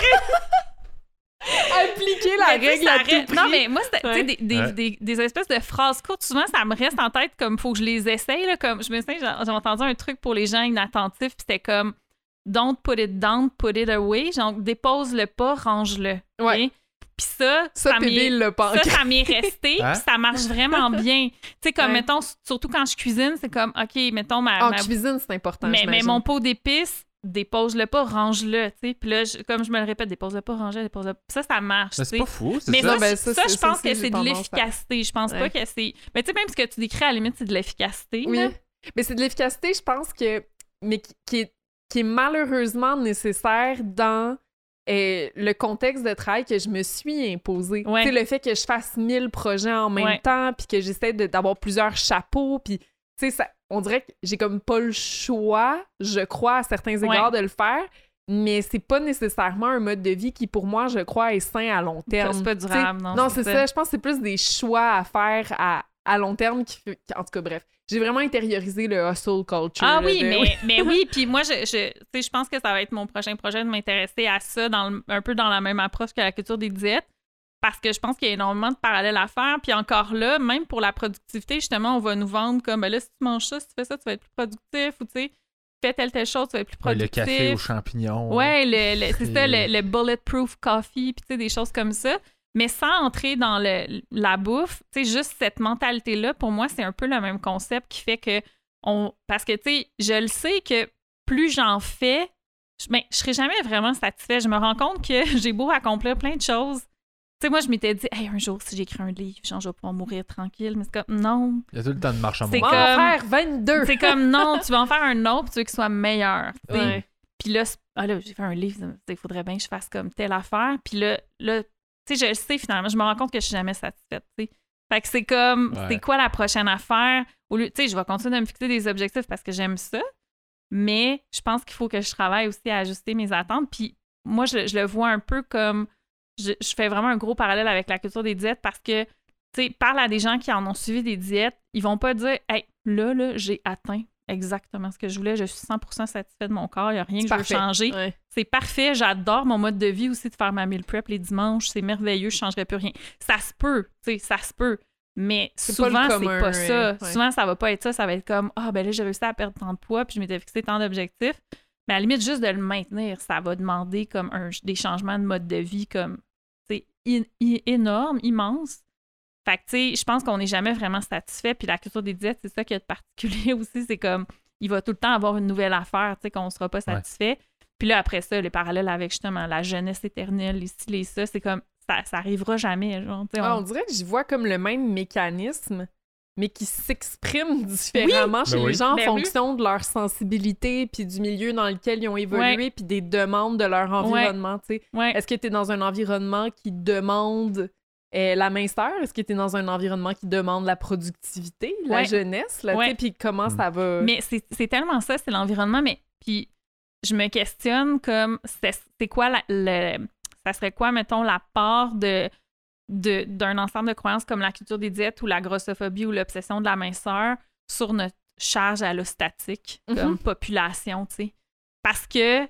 appliquer la Mais tu sais, règle ça à reste- tout prix. Non, mais moi, c'était, tu sais, Ouais. des, des, Ouais. des, des espèces de phrases courtes, souvent, ça me reste en tête comme, faut que je les essaye, là, comme, je me souviens, j'ai j'ai entendu un truc pour les gens inattentifs, puis c'était comme, don't put it down, put it away, genre, dépose-le pas, range-le. ok? Ouais. Puis ça, Ça, ça P B, m'est... il l'a pas Ça, ancré. ça m'est resté, Hein? puis ça marche vraiment bien. Tu sais, comme, Ouais. mettons, surtout quand je cuisine, c'est comme, OK, mettons, ma... En ma- cuisine, c'est important, mais, mais j'imagine. mon pot d'épices, dépose-le pas, range-le, tu sais. Puis là, je- comme je me le répète, dépose-le pas, range-le, dépose-le pas. Ça, ça marche, Mais tu c'est sais. pas fou, c'est Mais ça. ça, Non, ben, je- ça, ça, c'est- je ça pense aussi, que j'ai c'est de tendance à- l'efficacité. Je pense Ouais. pas que c'est... Mais tu sais, même ce que tu décris, à la limite, c'est de l'efficacité. Oui. là. Mais c'est de l'efficacité, je pense que... Mais qui, qui est, qui est malheureusement nécessaire dans euh, le contexte de travail que je me suis imposé. Ouais. Tu sais, le fait que je fasse mille projets en même Ouais. temps, puis que j'essaie de- d'avoir plusieurs chapeaux, puis tu sais, ça- on dirait que j'ai comme pas le choix, je crois, à certains égards, de le faire, mais c'est pas nécessairement un mode de vie qui, pour moi, je crois, est sain à long terme. C'est pas Tu sais, durable, non. Non, c'est ça. Je pense que c'est plus des choix à faire à, à long terme qui fait... En tout cas, bref. J'ai vraiment intériorisé le hustle culture. Ah là, oui, de- mais, mais oui, puis moi, je, je, tu sais, je pense que ça va être mon prochain projet de m'intéresser à ça, dans le- un peu dans la même approche que la culture des diètes, parce que je pense qu'il y a énormément de parallèles à faire. Puis encore là, même pour la productivité, justement, on va nous vendre comme, ben là, si tu manges ça, si tu fais ça, tu vas être plus productif, ou tu sais, fais telle, telle chose, tu vas être plus Ouais, le productif. café aux champignons. Ouais, le, le- c'est ça, Et- le, le bulletproof coffee, puis tu sais, des choses comme ça. Mais sans entrer dans le, la bouffe, tu sais, juste cette mentalité-là, pour moi, c'est un peu le même concept qui fait que on... Parce que, tu sais, je le sais que plus j'en fais, je, ben, je serai jamais vraiment satisfaite. Je me rends compte que j'ai beau accomplir plein de choses, sais, moi, je m'étais dit, hey, un jour, si j'écris un livre, genre, je vais pouvoir mourir tranquille. Mais c'est comme, non. Il y a tout le temps de marche en C'est montagne. On va en comme- faire vingt-deux! C'est comme, non, tu vas en faire un autre, puis tu veux qu'il soit meilleur. tu sais. Ouais. Puis là, c'est- ah là j'ai fait un livre, il faudrait bien que je fasse comme telle affaire. Puis là, là tu sais, je le sais finalement, je me rends compte que je suis jamais satisfaite, tu sais. Fait que c'est comme, Ouais. c'est quoi la prochaine affaire? Au lieu, tu sais, je vais continuer de me fixer des objectifs parce que j'aime ça, mais je pense qu'il faut que je travaille aussi à ajuster mes attentes. Puis moi, je, je le vois un peu comme, je, je fais vraiment un gros parallèle avec la culture des diètes parce que, tu sais, parle à des gens qui en ont suivi des diètes, ils vont pas dire, hey, là, là, j'ai atteint exactement ce que je voulais, je suis cent pour cent satisfaite de mon corps, il n'y a rien C'est que je veux parfait. changer. Ouais. C'est parfait, j'adore mon mode de vie aussi de faire ma meal prep les dimanches, c'est merveilleux, je changerais plus rien. Ça se peut, tu sais, ça se peut. Mais C'est pas le souvent, c'est commun, pas ça. euh, ouais. Souvent, ça va pas être ça. Ça va être comme, ah, ben là, j'ai réussi à perdre tant de poids, puis je m'étais fixé tant d'objectifs. Mais à la limite, juste de le maintenir, ça va demander comme un, des changements de mode de vie comme, tu sais, in- in- énormes, immenses. Fait que, tu sais, je pense qu'on n'est jamais vraiment satisfait. Puis la culture des diètes, c'est ça qui est de particulier aussi. C'est comme, il va tout le temps avoir une nouvelle affaire, tu sais, qu'on ne sera pas satisfait. Puis là, après ça, les parallèles avec justement la jeunesse éternelle, les styles et ça, c'est comme, ça, ça arrivera jamais. Genre, tu sais, Ah, on- on dirait que j'y vois comme le même mécanisme, mais qui s'exprime différemment chez Ben les oui. gens en Ben oui. fonction de leur sensibilité, puis du milieu dans lequel ils ont évolué, Ouais. puis des demandes de leur environnement. tu sais. Ouais. Est-ce que tu es dans un environnement qui demande euh, la minceur? Est-ce que tu es dans un environnement qui demande la productivité, la Ouais. jeunesse? Là, tu Ouais. sais, puis comment Mm. ça va... Mais c'est c'est tellement ça, c'est l'environnement. Mais puis je me questionne comme c'est c'est quoi la, le, ça serait quoi, mettons, la part de de- d'un ensemble de croyances comme la culture des diètes ou la grossophobie ou l'obsession de la minceur sur notre charge allostatique comme Mhm. population, tu sais. Parce que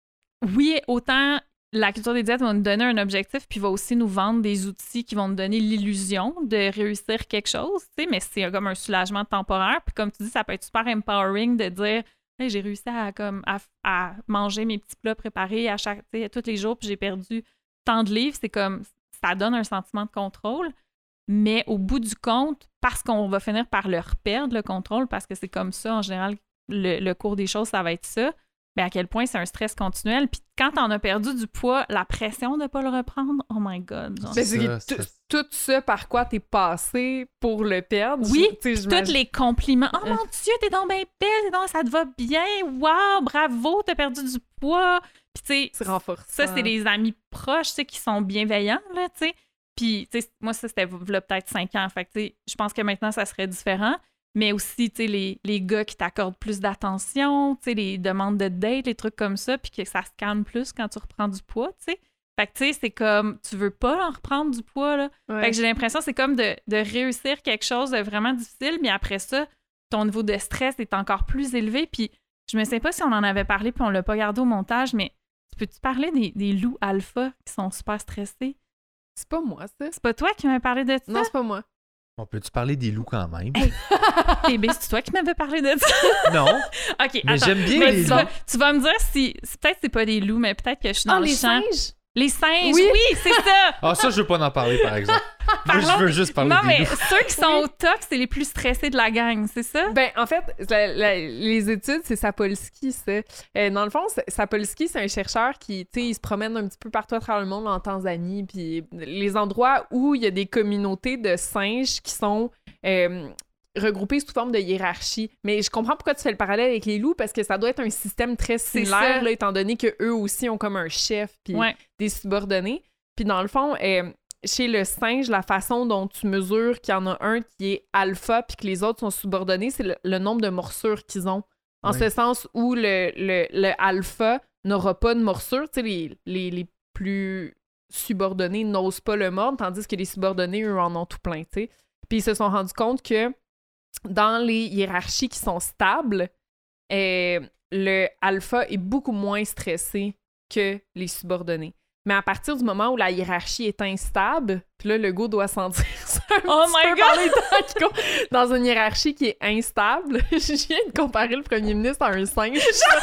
oui, autant la culture des diètes va nous donner un objectif puis va aussi nous vendre des outils qui vont nous donner l'illusion de réussir quelque chose, tu sais, mais c'est comme un soulagement temporaire. Puis comme tu dis, ça peut être super empowering de dire hey, j'ai réussi à, comme, à, à manger mes petits plats préparés à chaque, tu sais, tous les jours puis j'ai perdu tant de livres. C'est comme, ça donne un sentiment de contrôle. Mais au bout du compte, parce qu'on va finir par le reperdre, le contrôle, parce que c'est comme ça, en général, le, le cours des choses, ça va être ça, bien à quel point c'est un stress continuel. Puis quand t'en as perdu du poids, la pression de ne pas le reprendre, oh my God. genre. Ben, c'est Ça, que ça- tout- tout ça par quoi t'es passé pour le perdre. Oui, tu sais, Tous j'imagine- les compliments. Oh mon Dieu, t'es donc bien belle, t'es donc- ça te va bien. Wow, bravo, t'as perdu du poids. Puis tu sais, C'est renforçant. ça, c'est les amis proches, tu sais, qui sont bienveillants, là, tu sais. Puis, tu sais, moi, ça, c'était là, peut-être cinq ans. Fait que, tu sais, je pense que maintenant, ça serait différent. Mais aussi, tu sais, les, les gars qui t'accordent plus d'attention, tu sais, les demandes de date, les trucs comme ça, puis que ça se calme plus quand tu reprends du poids, tu sais. Fait que, tu sais, c'est comme, tu veux pas en reprendre du poids, là. Ouais. Fait que j'ai l'impression que c'est comme de, de réussir quelque chose de vraiment difficile, mais après ça, ton niveau de stress est encore plus élevé. Puis je me sais pas si on en avait parlé, puis on l'a pas gardé au montage, mais peux-tu parler des, des loups alpha qui sont super stressés? C'est pas moi, ça. C'est pas toi qui m'avais parlé de ça? Non, c'est pas moi. On peut-tu parler des loups quand même? Hey. Bébé, c'est toi qui m'avais parlé de ça? Non, OK, mais attends. j'aime bien Mais les tu, loups. vas, tu vas me dire si... si peut-être c'est pas des loups, mais peut-être que je suis dans Ah, le les champ. singes? Les singes, Oui. oui, c'est ça! Ah, ça, je veux pas en parler, par exemple. Moi, je Parlons- veux juste parler non, des mais loups. ceux qui sont Oui. au top, c'est les plus stressés de la gang, c'est ça? Ben, en fait, la- la- les études, c'est Sapolsky, ça. Euh, dans le fond, c'est- Sapolsky, c'est un chercheur qui, tu sais, il se promène un petit peu partout à travers le monde, en Tanzanie, puis les endroits où il y a des communautés de singes qui sont euh, regroupés sous forme de hiérarchie. Mais je comprends pourquoi tu fais le parallèle avec les loups, parce que ça doit être un système très C'est similaire, ça. là, étant donné qu'eux aussi ont comme un chef, puis Ouais. des subordonnés. Puis dans le fond, euh, chez le singe, la façon dont tu mesures qu'il y en a un qui est alpha puis que les autres sont subordonnés, c'est le, le nombre de morsures qu'ils ont. En Oui. ce sens où le, le, le alpha n'aura pas de morsure, tu sais, les, les, les plus subordonnés n'osent pas le mordre, tandis que les subordonnés, eux, en ont tout plein, tu sais. Puis ils se sont rendus compte que dans les hiérarchies qui sont stables, euh, le alpha est beaucoup moins stressé que les subordonnés. Mais à partir du moment où la hiérarchie est instable, puis là, le go doit sentir ça un Oh petit my peu par les temps qui courent. Dans une hiérarchie qui est instable, je viens de comparer le premier ministre à un singe.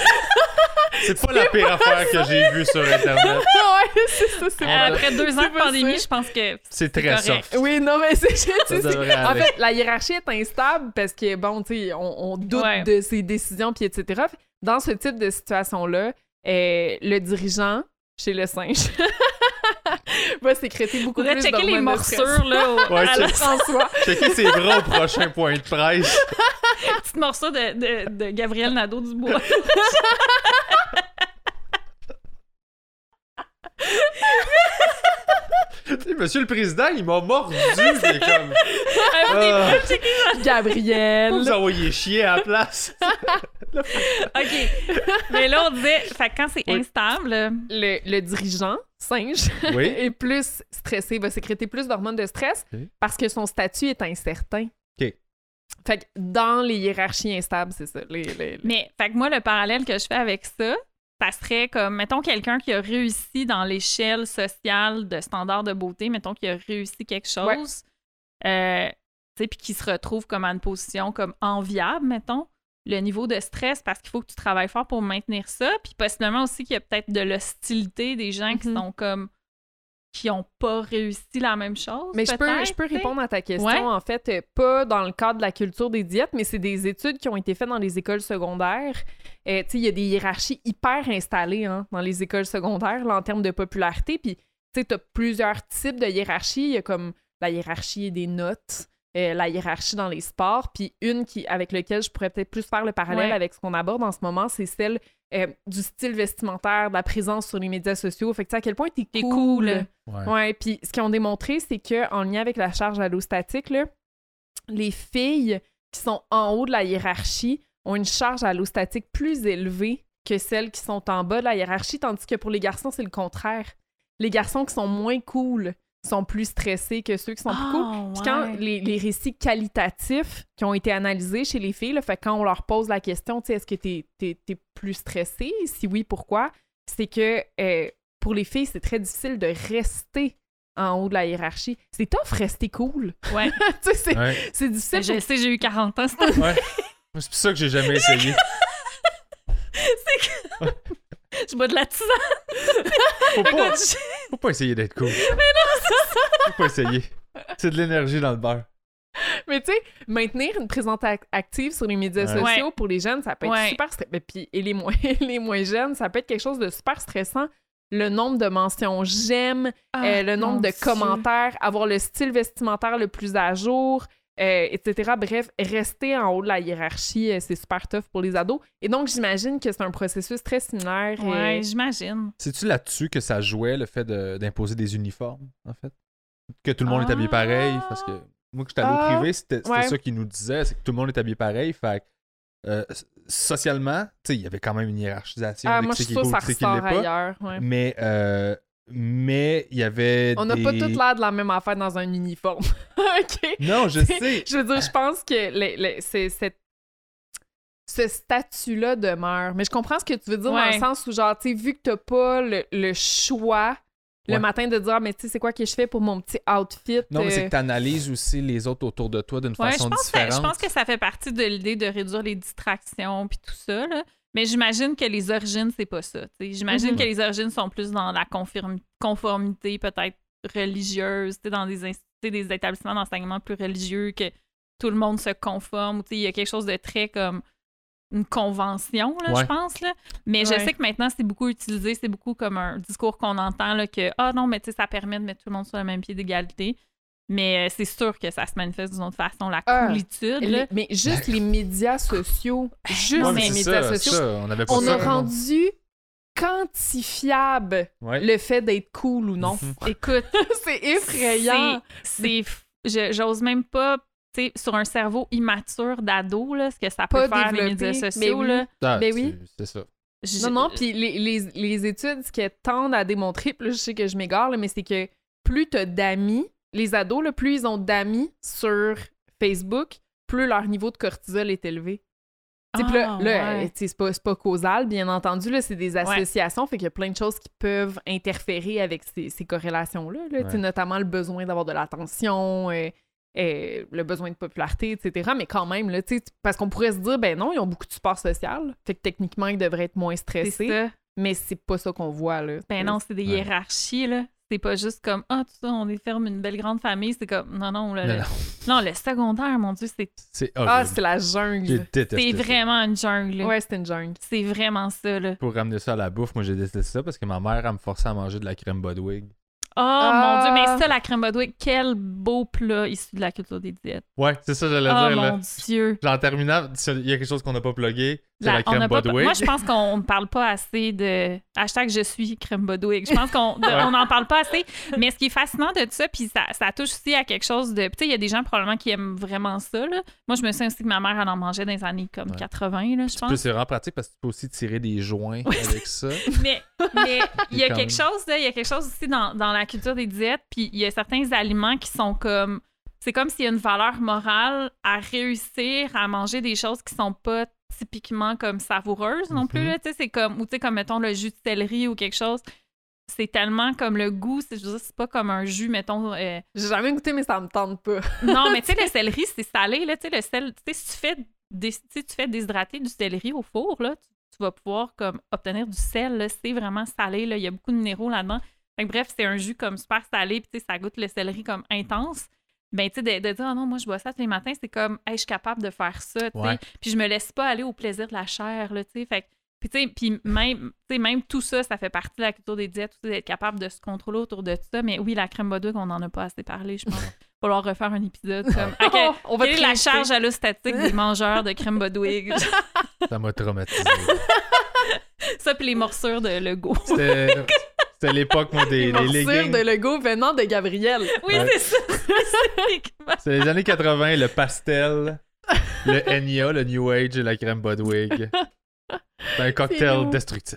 C'est pas la pire affaire que j'ai vue sur Internet. ouais, c'est ça, c'est On vrai. a- Après deux ans c'est de pas pandémie, ça. je pense que C'est très correct. soft. Oui, non, mais c'est... c'est- Ça c'est- devrait En aller. fait, la hiérarchie est instable parce que, bon, tu sais, on, on doute Ouais. de ses décisions, puis et cetera. Dans ce type de situation-là, euh, le dirigeant chez le singe va sécréter beaucoup Faudrait plus checker les d'hormones de stress. morsures, là, au- Ouais, à la check- François. Checker ses bras au prochain point de presse. petite morsure de, de, de Gabriel Nadeau-Dubois. Tu sais, Monsieur le Président, il m'a mordu. C'est comme. Un Ah, Gabriel. vous envoyez chier à la place. OK. Mais là, on disait, fait que quand c'est Oui. instable, Le, le dirigeant, singe, Oui. est plus stressé, va sécréter plus d'hormones de stress Ok. parce que son statut est incertain. OK. Fait que dans les hiérarchies instables, c'est ça. Les, les- les- mais fait que moi, le parallèle que je fais avec ça, ça serait comme, mettons, quelqu'un qui a réussi dans l'échelle sociale de standards de beauté, mettons qu'il a réussi quelque chose, euh, tu sais, puis qui se retrouve comme à une position comme enviable, mettons, le niveau de stress, parce qu'il faut que tu travailles fort pour maintenir ça, puis possiblement aussi qu'il y a peut-être de l'hostilité des gens qui Mhm. sont comme, qui n'ont pas réussi la même chose, Mais je peux, peut-être, je peux tu sais. répondre à ta question, Ouais. en fait, euh, pas dans le cadre de la culture des diètes, mais c'est des études qui ont été faites dans les écoles secondaires. Euh, tu sais, il y a des hiérarchies hyper installées hein, dans les écoles secondaires, là, en termes de popularité. Puis, tu sais, t'as plusieurs types de hiérarchies. Il y a comme la hiérarchie des notes, euh, la hiérarchie dans les sports, puis une qui avec laquelle je pourrais peut-être plus faire le parallèle Ouais. avec ce qu'on aborde en ce moment, c'est celle euh, du style vestimentaire, de la présence sur les médias sociaux. Fait que, tu sais, à quel point t'es T'es cool. cool. Ouais. Ouais, puis ce qu'ils ont démontré, c'est qu'en lien avec la charge allostatique, là, les filles qui sont en haut de la hiérarchie ont une charge allostatique plus élevée que celles qui sont en bas de la hiérarchie, tandis que pour les garçons, c'est le contraire. Les garçons qui sont moins cool sont plus stressés que ceux qui sont plus cool. Ah, Puis quand ouais. les, les récits qualitatifs qui ont été analysés chez les filles, là, fait que quand on leur pose la question, tu sais, est-ce que t'es, t'es, t'es plus stressé? Si oui, pourquoi? C'est que euh, pour les filles, c'est très difficile de rester en haut de la hiérarchie. C'est tough rester cool. Ouais. Tu sais, c'est, Ouais. c'est difficile. Je sais, j'ai eu quarante ans, c'est Ouais. C'est pour ça que j'ai jamais essayé. je bois de la tisane. Faut pas, Écoute, je- faut pas essayer d'être cool. Faut pas essayer. C'est de l'énergie dans le beurre. Mais tu sais, maintenir une présence ac- active sur les médias Ouais. sociaux Ouais. pour les jeunes, ça peut être Ouais. super stressant. Puis et les moins, les moins jeunes, ça peut être quelque chose de super stressant. Le nombre de mentions j'aime, Ah, euh, le nombre mon de Dieu. commentaires, avoir le style vestimentaire le plus à jour, euh, et cetera. Bref, rester en haut de la hiérarchie, euh, c'est super tough pour les ados. Et donc, j'imagine que c'est un processus très similaire. euh, Ouais, j'imagine. C'est-tu là-dessus que ça jouait, le fait de- d'imposer des uniformes, en fait? Que tout le monde est habillé Ah. pareil? Parce que moi, que j'étais allé au Ah, privé, c'était c'était ouais. ça qu'ils nous disaient, c'est que tout le monde est habillé pareil. Fait que, euh, socialement, tu sais, il y avait quand même une hiérarchisation. Ah, de moi, qui je c'est trouve qui ça est cool, qui c'est qui l'est ressort pas. ailleurs. ouais. Mais, euh, mais il y avait On n'a des... pas toutes l'air de la même affaire dans un uniforme. OK? Non, je sais. Je veux dire, je pense que le- le- c'est, c'est- ce statut-là demeure. Mais je comprends ce que tu veux dire dans Ouais. le sens où, genre, tu sais, vu que t'as pas le, le choix le Ouais. matin de dire, ah, mais tu sais, c'est quoi que je fais pour mon petit outfit? Non, mais c'est euh, que tu analyses aussi les autres autour de toi d'une Ouais, je façon pense, que, différente. je pense que ça fait partie de l'idée de réduire les distractions puis tout ça, là. Mais j'imagine que les origines, c'est pas ça. t'sais. J'imagine Mhm. que les origines sont plus dans la confirm- conformité peut-être religieuse, t'sais, dans des, inst- des établissements d'enseignement plus religieux, que tout le monde se conforme. ou t'sais, Il y a quelque chose de très comme une convention, là, Ouais. je pense. Là. Mais je Ouais. sais que maintenant, c'est beaucoup utilisé, c'est beaucoup comme un discours qu'on entend, là, que « Ah non, mais tu sais, ça permet de mettre tout le monde sur le même pied d'égalité. » Mais euh, c'est sûr que ça se manifeste d'une autre façon, la Ah, coolitude. les- là. mais juste les médias sociaux, juste Ouais, mais les c'est médias ça, sociaux, ça, on avait pas on ça, a non. rendu quantifiable Ouais. le fait d'être cool ou non. Mhm. Écoute, C'est effrayant. c'est... c'est f- je- J'ose même pas, tu sais, sur un cerveau immature d'ado, là, ce que ça Pas peut faire, les développé, médias mais sociaux, oui. là. Ah, Ben tu- oui. C'est ça. Je- Non, non, puis les, les, les études, ce qu'elles tendent à démontrer, puis là, je sais que je m'égare, là, mais c'est que plus t'as d'amis, les ados, là, plus ils ont d'amis sur Facebook, plus leur niveau de cortisol est élevé. Tu sais, puis là, Ah, là, ouais. euh, tu sais, c'est pas, c'est pas causal, bien entendu, là, c'est des associations, fait qu'il y a plein de choses qui peuvent interférer avec ces, ces corrélations-là, là, tu sais, Ouais. notamment le besoin d'avoir de l'attention, euh, euh, le besoin de popularité, et cetera. Mais quand même, là, tu sais, parce qu'on pourrait se dire, ben non, ils ont beaucoup de support social, fait que techniquement, ils devraient être moins C'est stressés, ça. mais c'est pas ça qu'on voit, là. Ben non, c'est des Ouais. hiérarchies, là. C'est pas juste comme, ah, tout ça, on est ferme une belle grande famille. C'est comme, non, non, là, Non, le... non. non, le secondaire, mon Dieu, c'est C'est Ah, horrible. c'est la J'ai jungle. détesté c'est ça. vraiment une jungle. là. Ouais, c'est une jungle. C'est vraiment ça, là. Pour ramener ça à la bouffe, moi j'ai détesté ça parce que ma mère, elle me forçait à manger de la crème Bodwig. Oh Ah. mon Dieu, mais ça, la crème Bodwig, quel beau plat issu de la culture des diètes. Ouais, c'est ça que j'allais Oh dire. mon Là. Dieu. En terminant, il y a quelque chose qu'on n'a pas plugué, c'est La- la, on crème n'a pas- Bodwig. Moi, je pense qu'on ne parle pas assez de. Hashtag je suis crème Bodwig. Je pense qu'on Ouais. on n'en parle pas assez. Mais ce qui est fascinant de ça, puis ça, ça touche aussi à quelque chose de. Tu sais, il y a des gens probablement qui aiment vraiment ça. Là. Moi, je me souviens aussi que ma mère, elle en mangeait dans les années comme Ouais. quatre-vingts, là, je Tu pense. peux, c'est vraiment pratique parce que tu peux aussi tirer des joints Oui, avec ça. Mais mais il y a Quand quelque même. chose, là, il y a quelque chose aussi dans, dans la culture des diètes, puis il y a certains aliments qui sont comme. C'est comme s'il y a une valeur morale à réussir à manger des choses qui sont pas typiquement comme savoureuses non plus. Mhm. Là, tu sais, c'est comme, ou tu sais, comme mettons le jus de céleri ou quelque chose. C'est tellement comme le goût, c'est, je veux dire, c'est pas comme un jus, mettons. euh, J'ai jamais goûté, mais ça me tente pas. Non, mais tu sais, le céleri, c'est salé, là, tu sais, le sel, tu sais, si tu fais, des, tu sais, tu fais déshydrater du céleri au four, là, tu, tu vas pouvoir comme obtenir du sel, là, c'est vraiment salé, là, il y a beaucoup de minéraux là-dedans. Fait que, bref, c'est un jus comme super salé, puis tu sais, ça goûte le céleri comme intense. Ben, tu sais, de, de dire, ah non, moi, je bois ça tous les matins, c'est comme, hey, je suis capable de faire ça, tu sais. Ouais. Puis je me laisse pas aller au plaisir de la chair, là, tu sais. Fait que, puis tu sais, puis même, tu sais, même tout ça, ça fait partie de la culture des diètes, tout ça, d'être capable de se contrôler autour de ça. Mais oui, la crème Bodwig, on n'en a pas assez parlé, je pense. Il va falloir refaire un épisode comme, à quel- On va quelle est te la réinviter. charge allostatique des mangeurs de crème Bodwig? Ça m'a traumatisé. Ça, puis les morsures de Lego. C'était, c'était l'époque, moi, des, Les des morsures leggings. de Lego venant de Gabriel. Oui, Ouais. c'est ça. spécifiquement. C'est les années quatre-vingts, le pastel, le Enya, le New Age et la crème Bodwig. C'est un cocktail lourd. destructif.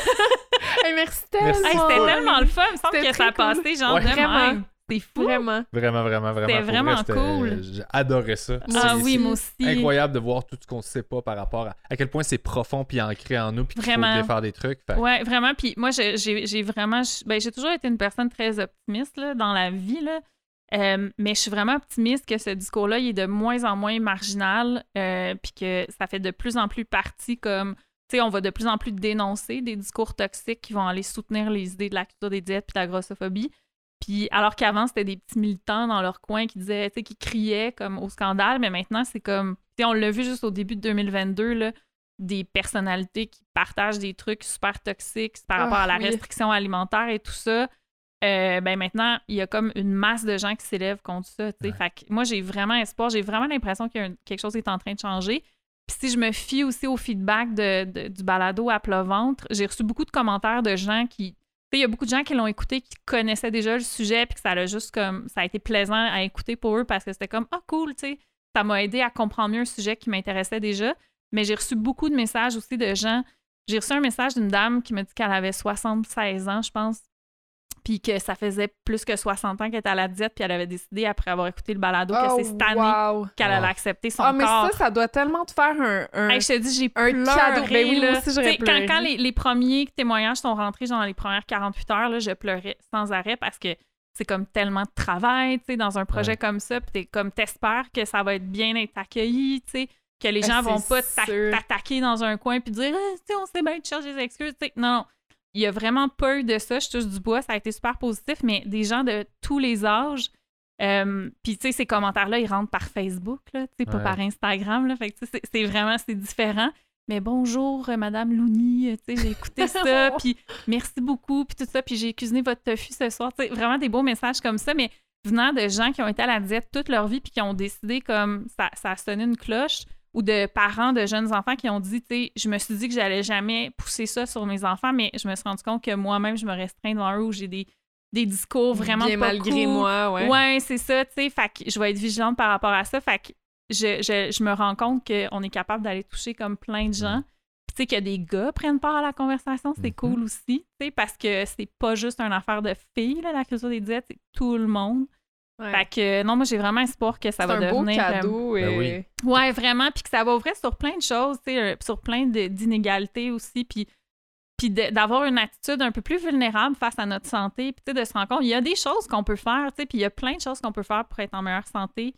Hey, merci tellement. Merci. Hey, c'était tellement le fun. Il me semble C'était que ça a très cool. passé genre Ouais. de Vraiment. même. C'est fou. Vraiment. Vraiment, vraiment, vraiment. C'était pour vraiment vrai, c'était- cool. J'ai adoré ça. Ah C'est- oui, c'est moi aussi. incroyable de voir tout ce qu'on sait pas par rapport à à quel point c'est profond puis ancré en nous puis qu'il faut Vraiment. bien faire des trucs. Fait que- Ouais, vraiment. Puis moi, j'ai j'ai- j'ai vraiment. Ben, j'ai toujours été une personne très optimiste là, dans la vie. Là. Euh, mais je suis vraiment optimiste que ce discours-là, il est de moins en moins marginal. euh, puis que ça fait de plus en plus partie comme. Tu sais, on va de plus en plus dénoncer des discours toxiques qui vont aller soutenir les idées de la culture des diètes puis de la grossophobie. Puis alors qu'avant, c'était des petits militants dans leur coin qui disaient, tu sais, qui criaient comme au scandale, mais maintenant, c'est comme, tu sais, on l'a vu juste au début de deux mille vingt-deux, là, des personnalités qui partagent des trucs super toxiques par Ah, rapport à la oui. restriction alimentaire et tout ça. Euh, ben maintenant, il y a comme une masse de gens qui s'élèvent contre ça, tu sais. Ouais. Fait que moi, j'ai vraiment espoir, j'ai vraiment l'impression que quelque chose est en train de changer. Puis si je me fie aussi au feedback de, de- du balado à plat ventre, j'ai reçu beaucoup de commentaires de gens qui... Tu sais, il y a beaucoup de gens qui l'ont écouté, qui connaissaient déjà le sujet, puis que ça a juste comme... Ça a été plaisant à écouter pour eux parce que c'était comme « Ah, cool! » Tu sais, ça m'a aidé à comprendre mieux un sujet qui m'intéressait déjà. Mais j'ai reçu beaucoup de messages aussi de gens... J'ai reçu un message d'une dame qui m'a dit qu'elle avait soixante-seize ans, je pense, puis que ça faisait plus que soixante ans qu'elle était à la diète, puis elle avait décidé, après avoir écouté le balado, Oh, que c'est cette année wow. qu'elle Wow. allait accepter son Ah, mais corps. ça, ça doit tellement te faire un... un... Hey, je te dis, j'ai un pleuré, cadeau. Ben oui, moi là. aussi, j'aurais Tu sais, quand, pleuré. quand les, les premiers témoignages sont rentrés, genre dans les premières quarante-huit heures, là, je pleurais sans arrêt parce que c'est comme tellement de travail, tu sais, dans un projet Ouais. comme ça, puis t'es comme, t'espères que ça va être bien être accueilli, tu sais, que les gens Ah, vont c'est pas t'a- sûr. t'attaquer dans un coin puis dire, ah, tu sais, on sait bien, tu cherches des excuses, tu sais. Non, non. Il y a vraiment pas eu de ça. Je touche du bois, ça a été super positif, mais des gens de tous les âges. Euh, puis, tu sais, ces commentaires-là, ils rentrent par Facebook, là, tu sais, pas Ouais. par Instagram, là. Fait que, tu sais, c'est c'est vraiment, c'est différent. Mais bonjour, euh, Madame Louni, euh, tu sais, j'ai écouté ça, puis merci beaucoup, puis tout ça, puis j'ai cuisiné votre tofu ce soir. Tu sais, vraiment des beaux messages comme ça, mais venant de gens qui ont été à la diète toute leur vie, puis qui ont décidé comme ça, ça a sonné une cloche, ou de parents de jeunes enfants qui ont dit, tu sais, je me suis dit que j'allais jamais pousser ça sur mes enfants, mais je me suis rendu compte que moi-même, je me restreins devant eux, où j'ai des, des discours vraiment Bien pas malgré cool. moi, ouais. Ouais, c'est ça, tu sais. Fait que je vais être vigilante par rapport à ça. Fait que je, je, je me rends compte qu'on est capable d'aller toucher comme plein de gens. Puis tu sais, que des gars prennent part à la conversation, c'est Mhm. cool aussi, tu sais, parce que c'est pas juste une affaire de filles, là, la culture des diètes, c'est tout le monde. Ouais. Fait que non, moi, j'ai vraiment espoir que ça C'est va un beau devenir... euh, cadeau. Ben et... oui. Ouais, vraiment, puis que ça va ouvrir sur plein de choses, tu sais, euh, sur plein de- d'inégalités aussi, puis puis de- d'avoir une attitude un peu plus vulnérable face à notre santé, puis tu sais, de se rendre compte, il y a des choses qu'on peut faire, tu sais, puis il y a plein de choses qu'on peut faire pour être en meilleure santé,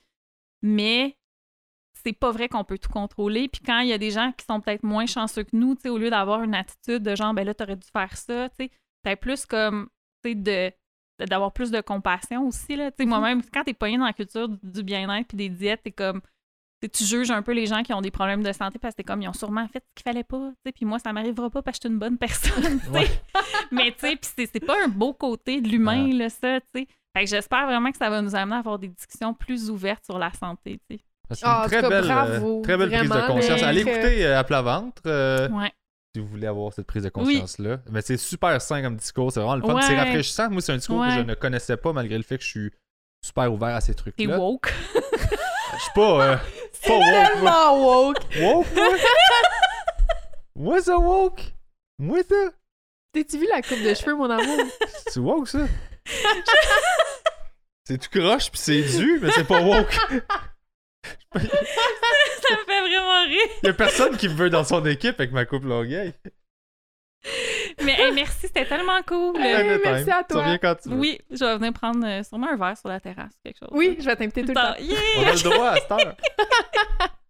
mais c'est pas vrai qu'on peut tout contrôler, puis quand il y a des gens qui sont peut-être moins chanceux que nous, tu sais, au lieu d'avoir une attitude de genre, ben là, t'aurais dû faire ça, tu sais, peut-être plus comme, tu sais, de de- d'avoir plus de compassion aussi, là, tu sais, moi-même, quand t'es pogné dans la culture du, du bien-être puis des diètes, t'es comme, T'sais, tu juges un peu les gens qui ont des problèmes de santé parce que t'es comme, ils ont sûrement fait ce qu'il fallait pas. Puis moi, ça m'arrivera pas parce que je suis une bonne personne. Ouais. Mais tu sais, c'est, c'est pas un beau côté de l'humain, Ah. là, ça. T'sais. Fait que j'espère vraiment que ça va nous amener à avoir des discussions plus ouvertes sur la santé. T'sais. C'est une Ah, en très tout cas, belle, bravo, euh, très belle prise de vraiment, conscience. mais- Allez écouter euh, à plat ventre euh, Ouais. si vous voulez avoir cette prise de conscience-là. Mais c'est super sain comme discours. C'est vraiment le fun. Ouais. C'est rafraîchissant. Moi, c'est un discours Ouais. que je ne connaissais pas malgré le fait que je suis super ouvert à ces T'es trucs-là. woke. Je suis pas, euh, pas woke. Moi. Tellement woke! Woke, moi? Moi, ça woke? Moi, ça? T'as-tu vu la coupe de cheveux, mon amour? C'est woke, ça? C'est tout croche pis c'est dû, mais c'est pas woke. Ça me fait vraiment rire. Y a personne qui me veut dans son équipe avec ma coupe longueuil. Mais hey, merci, c'était tellement cool. Hey, Anytime. merci à Tu toi. reviens quand tu veux. Oui, je vais venir prendre euh, sûrement un verre sur la terrasse, quelque chose. Oui, je vais t'inviter tout le temps. Yeah! On a le droit à cette heure.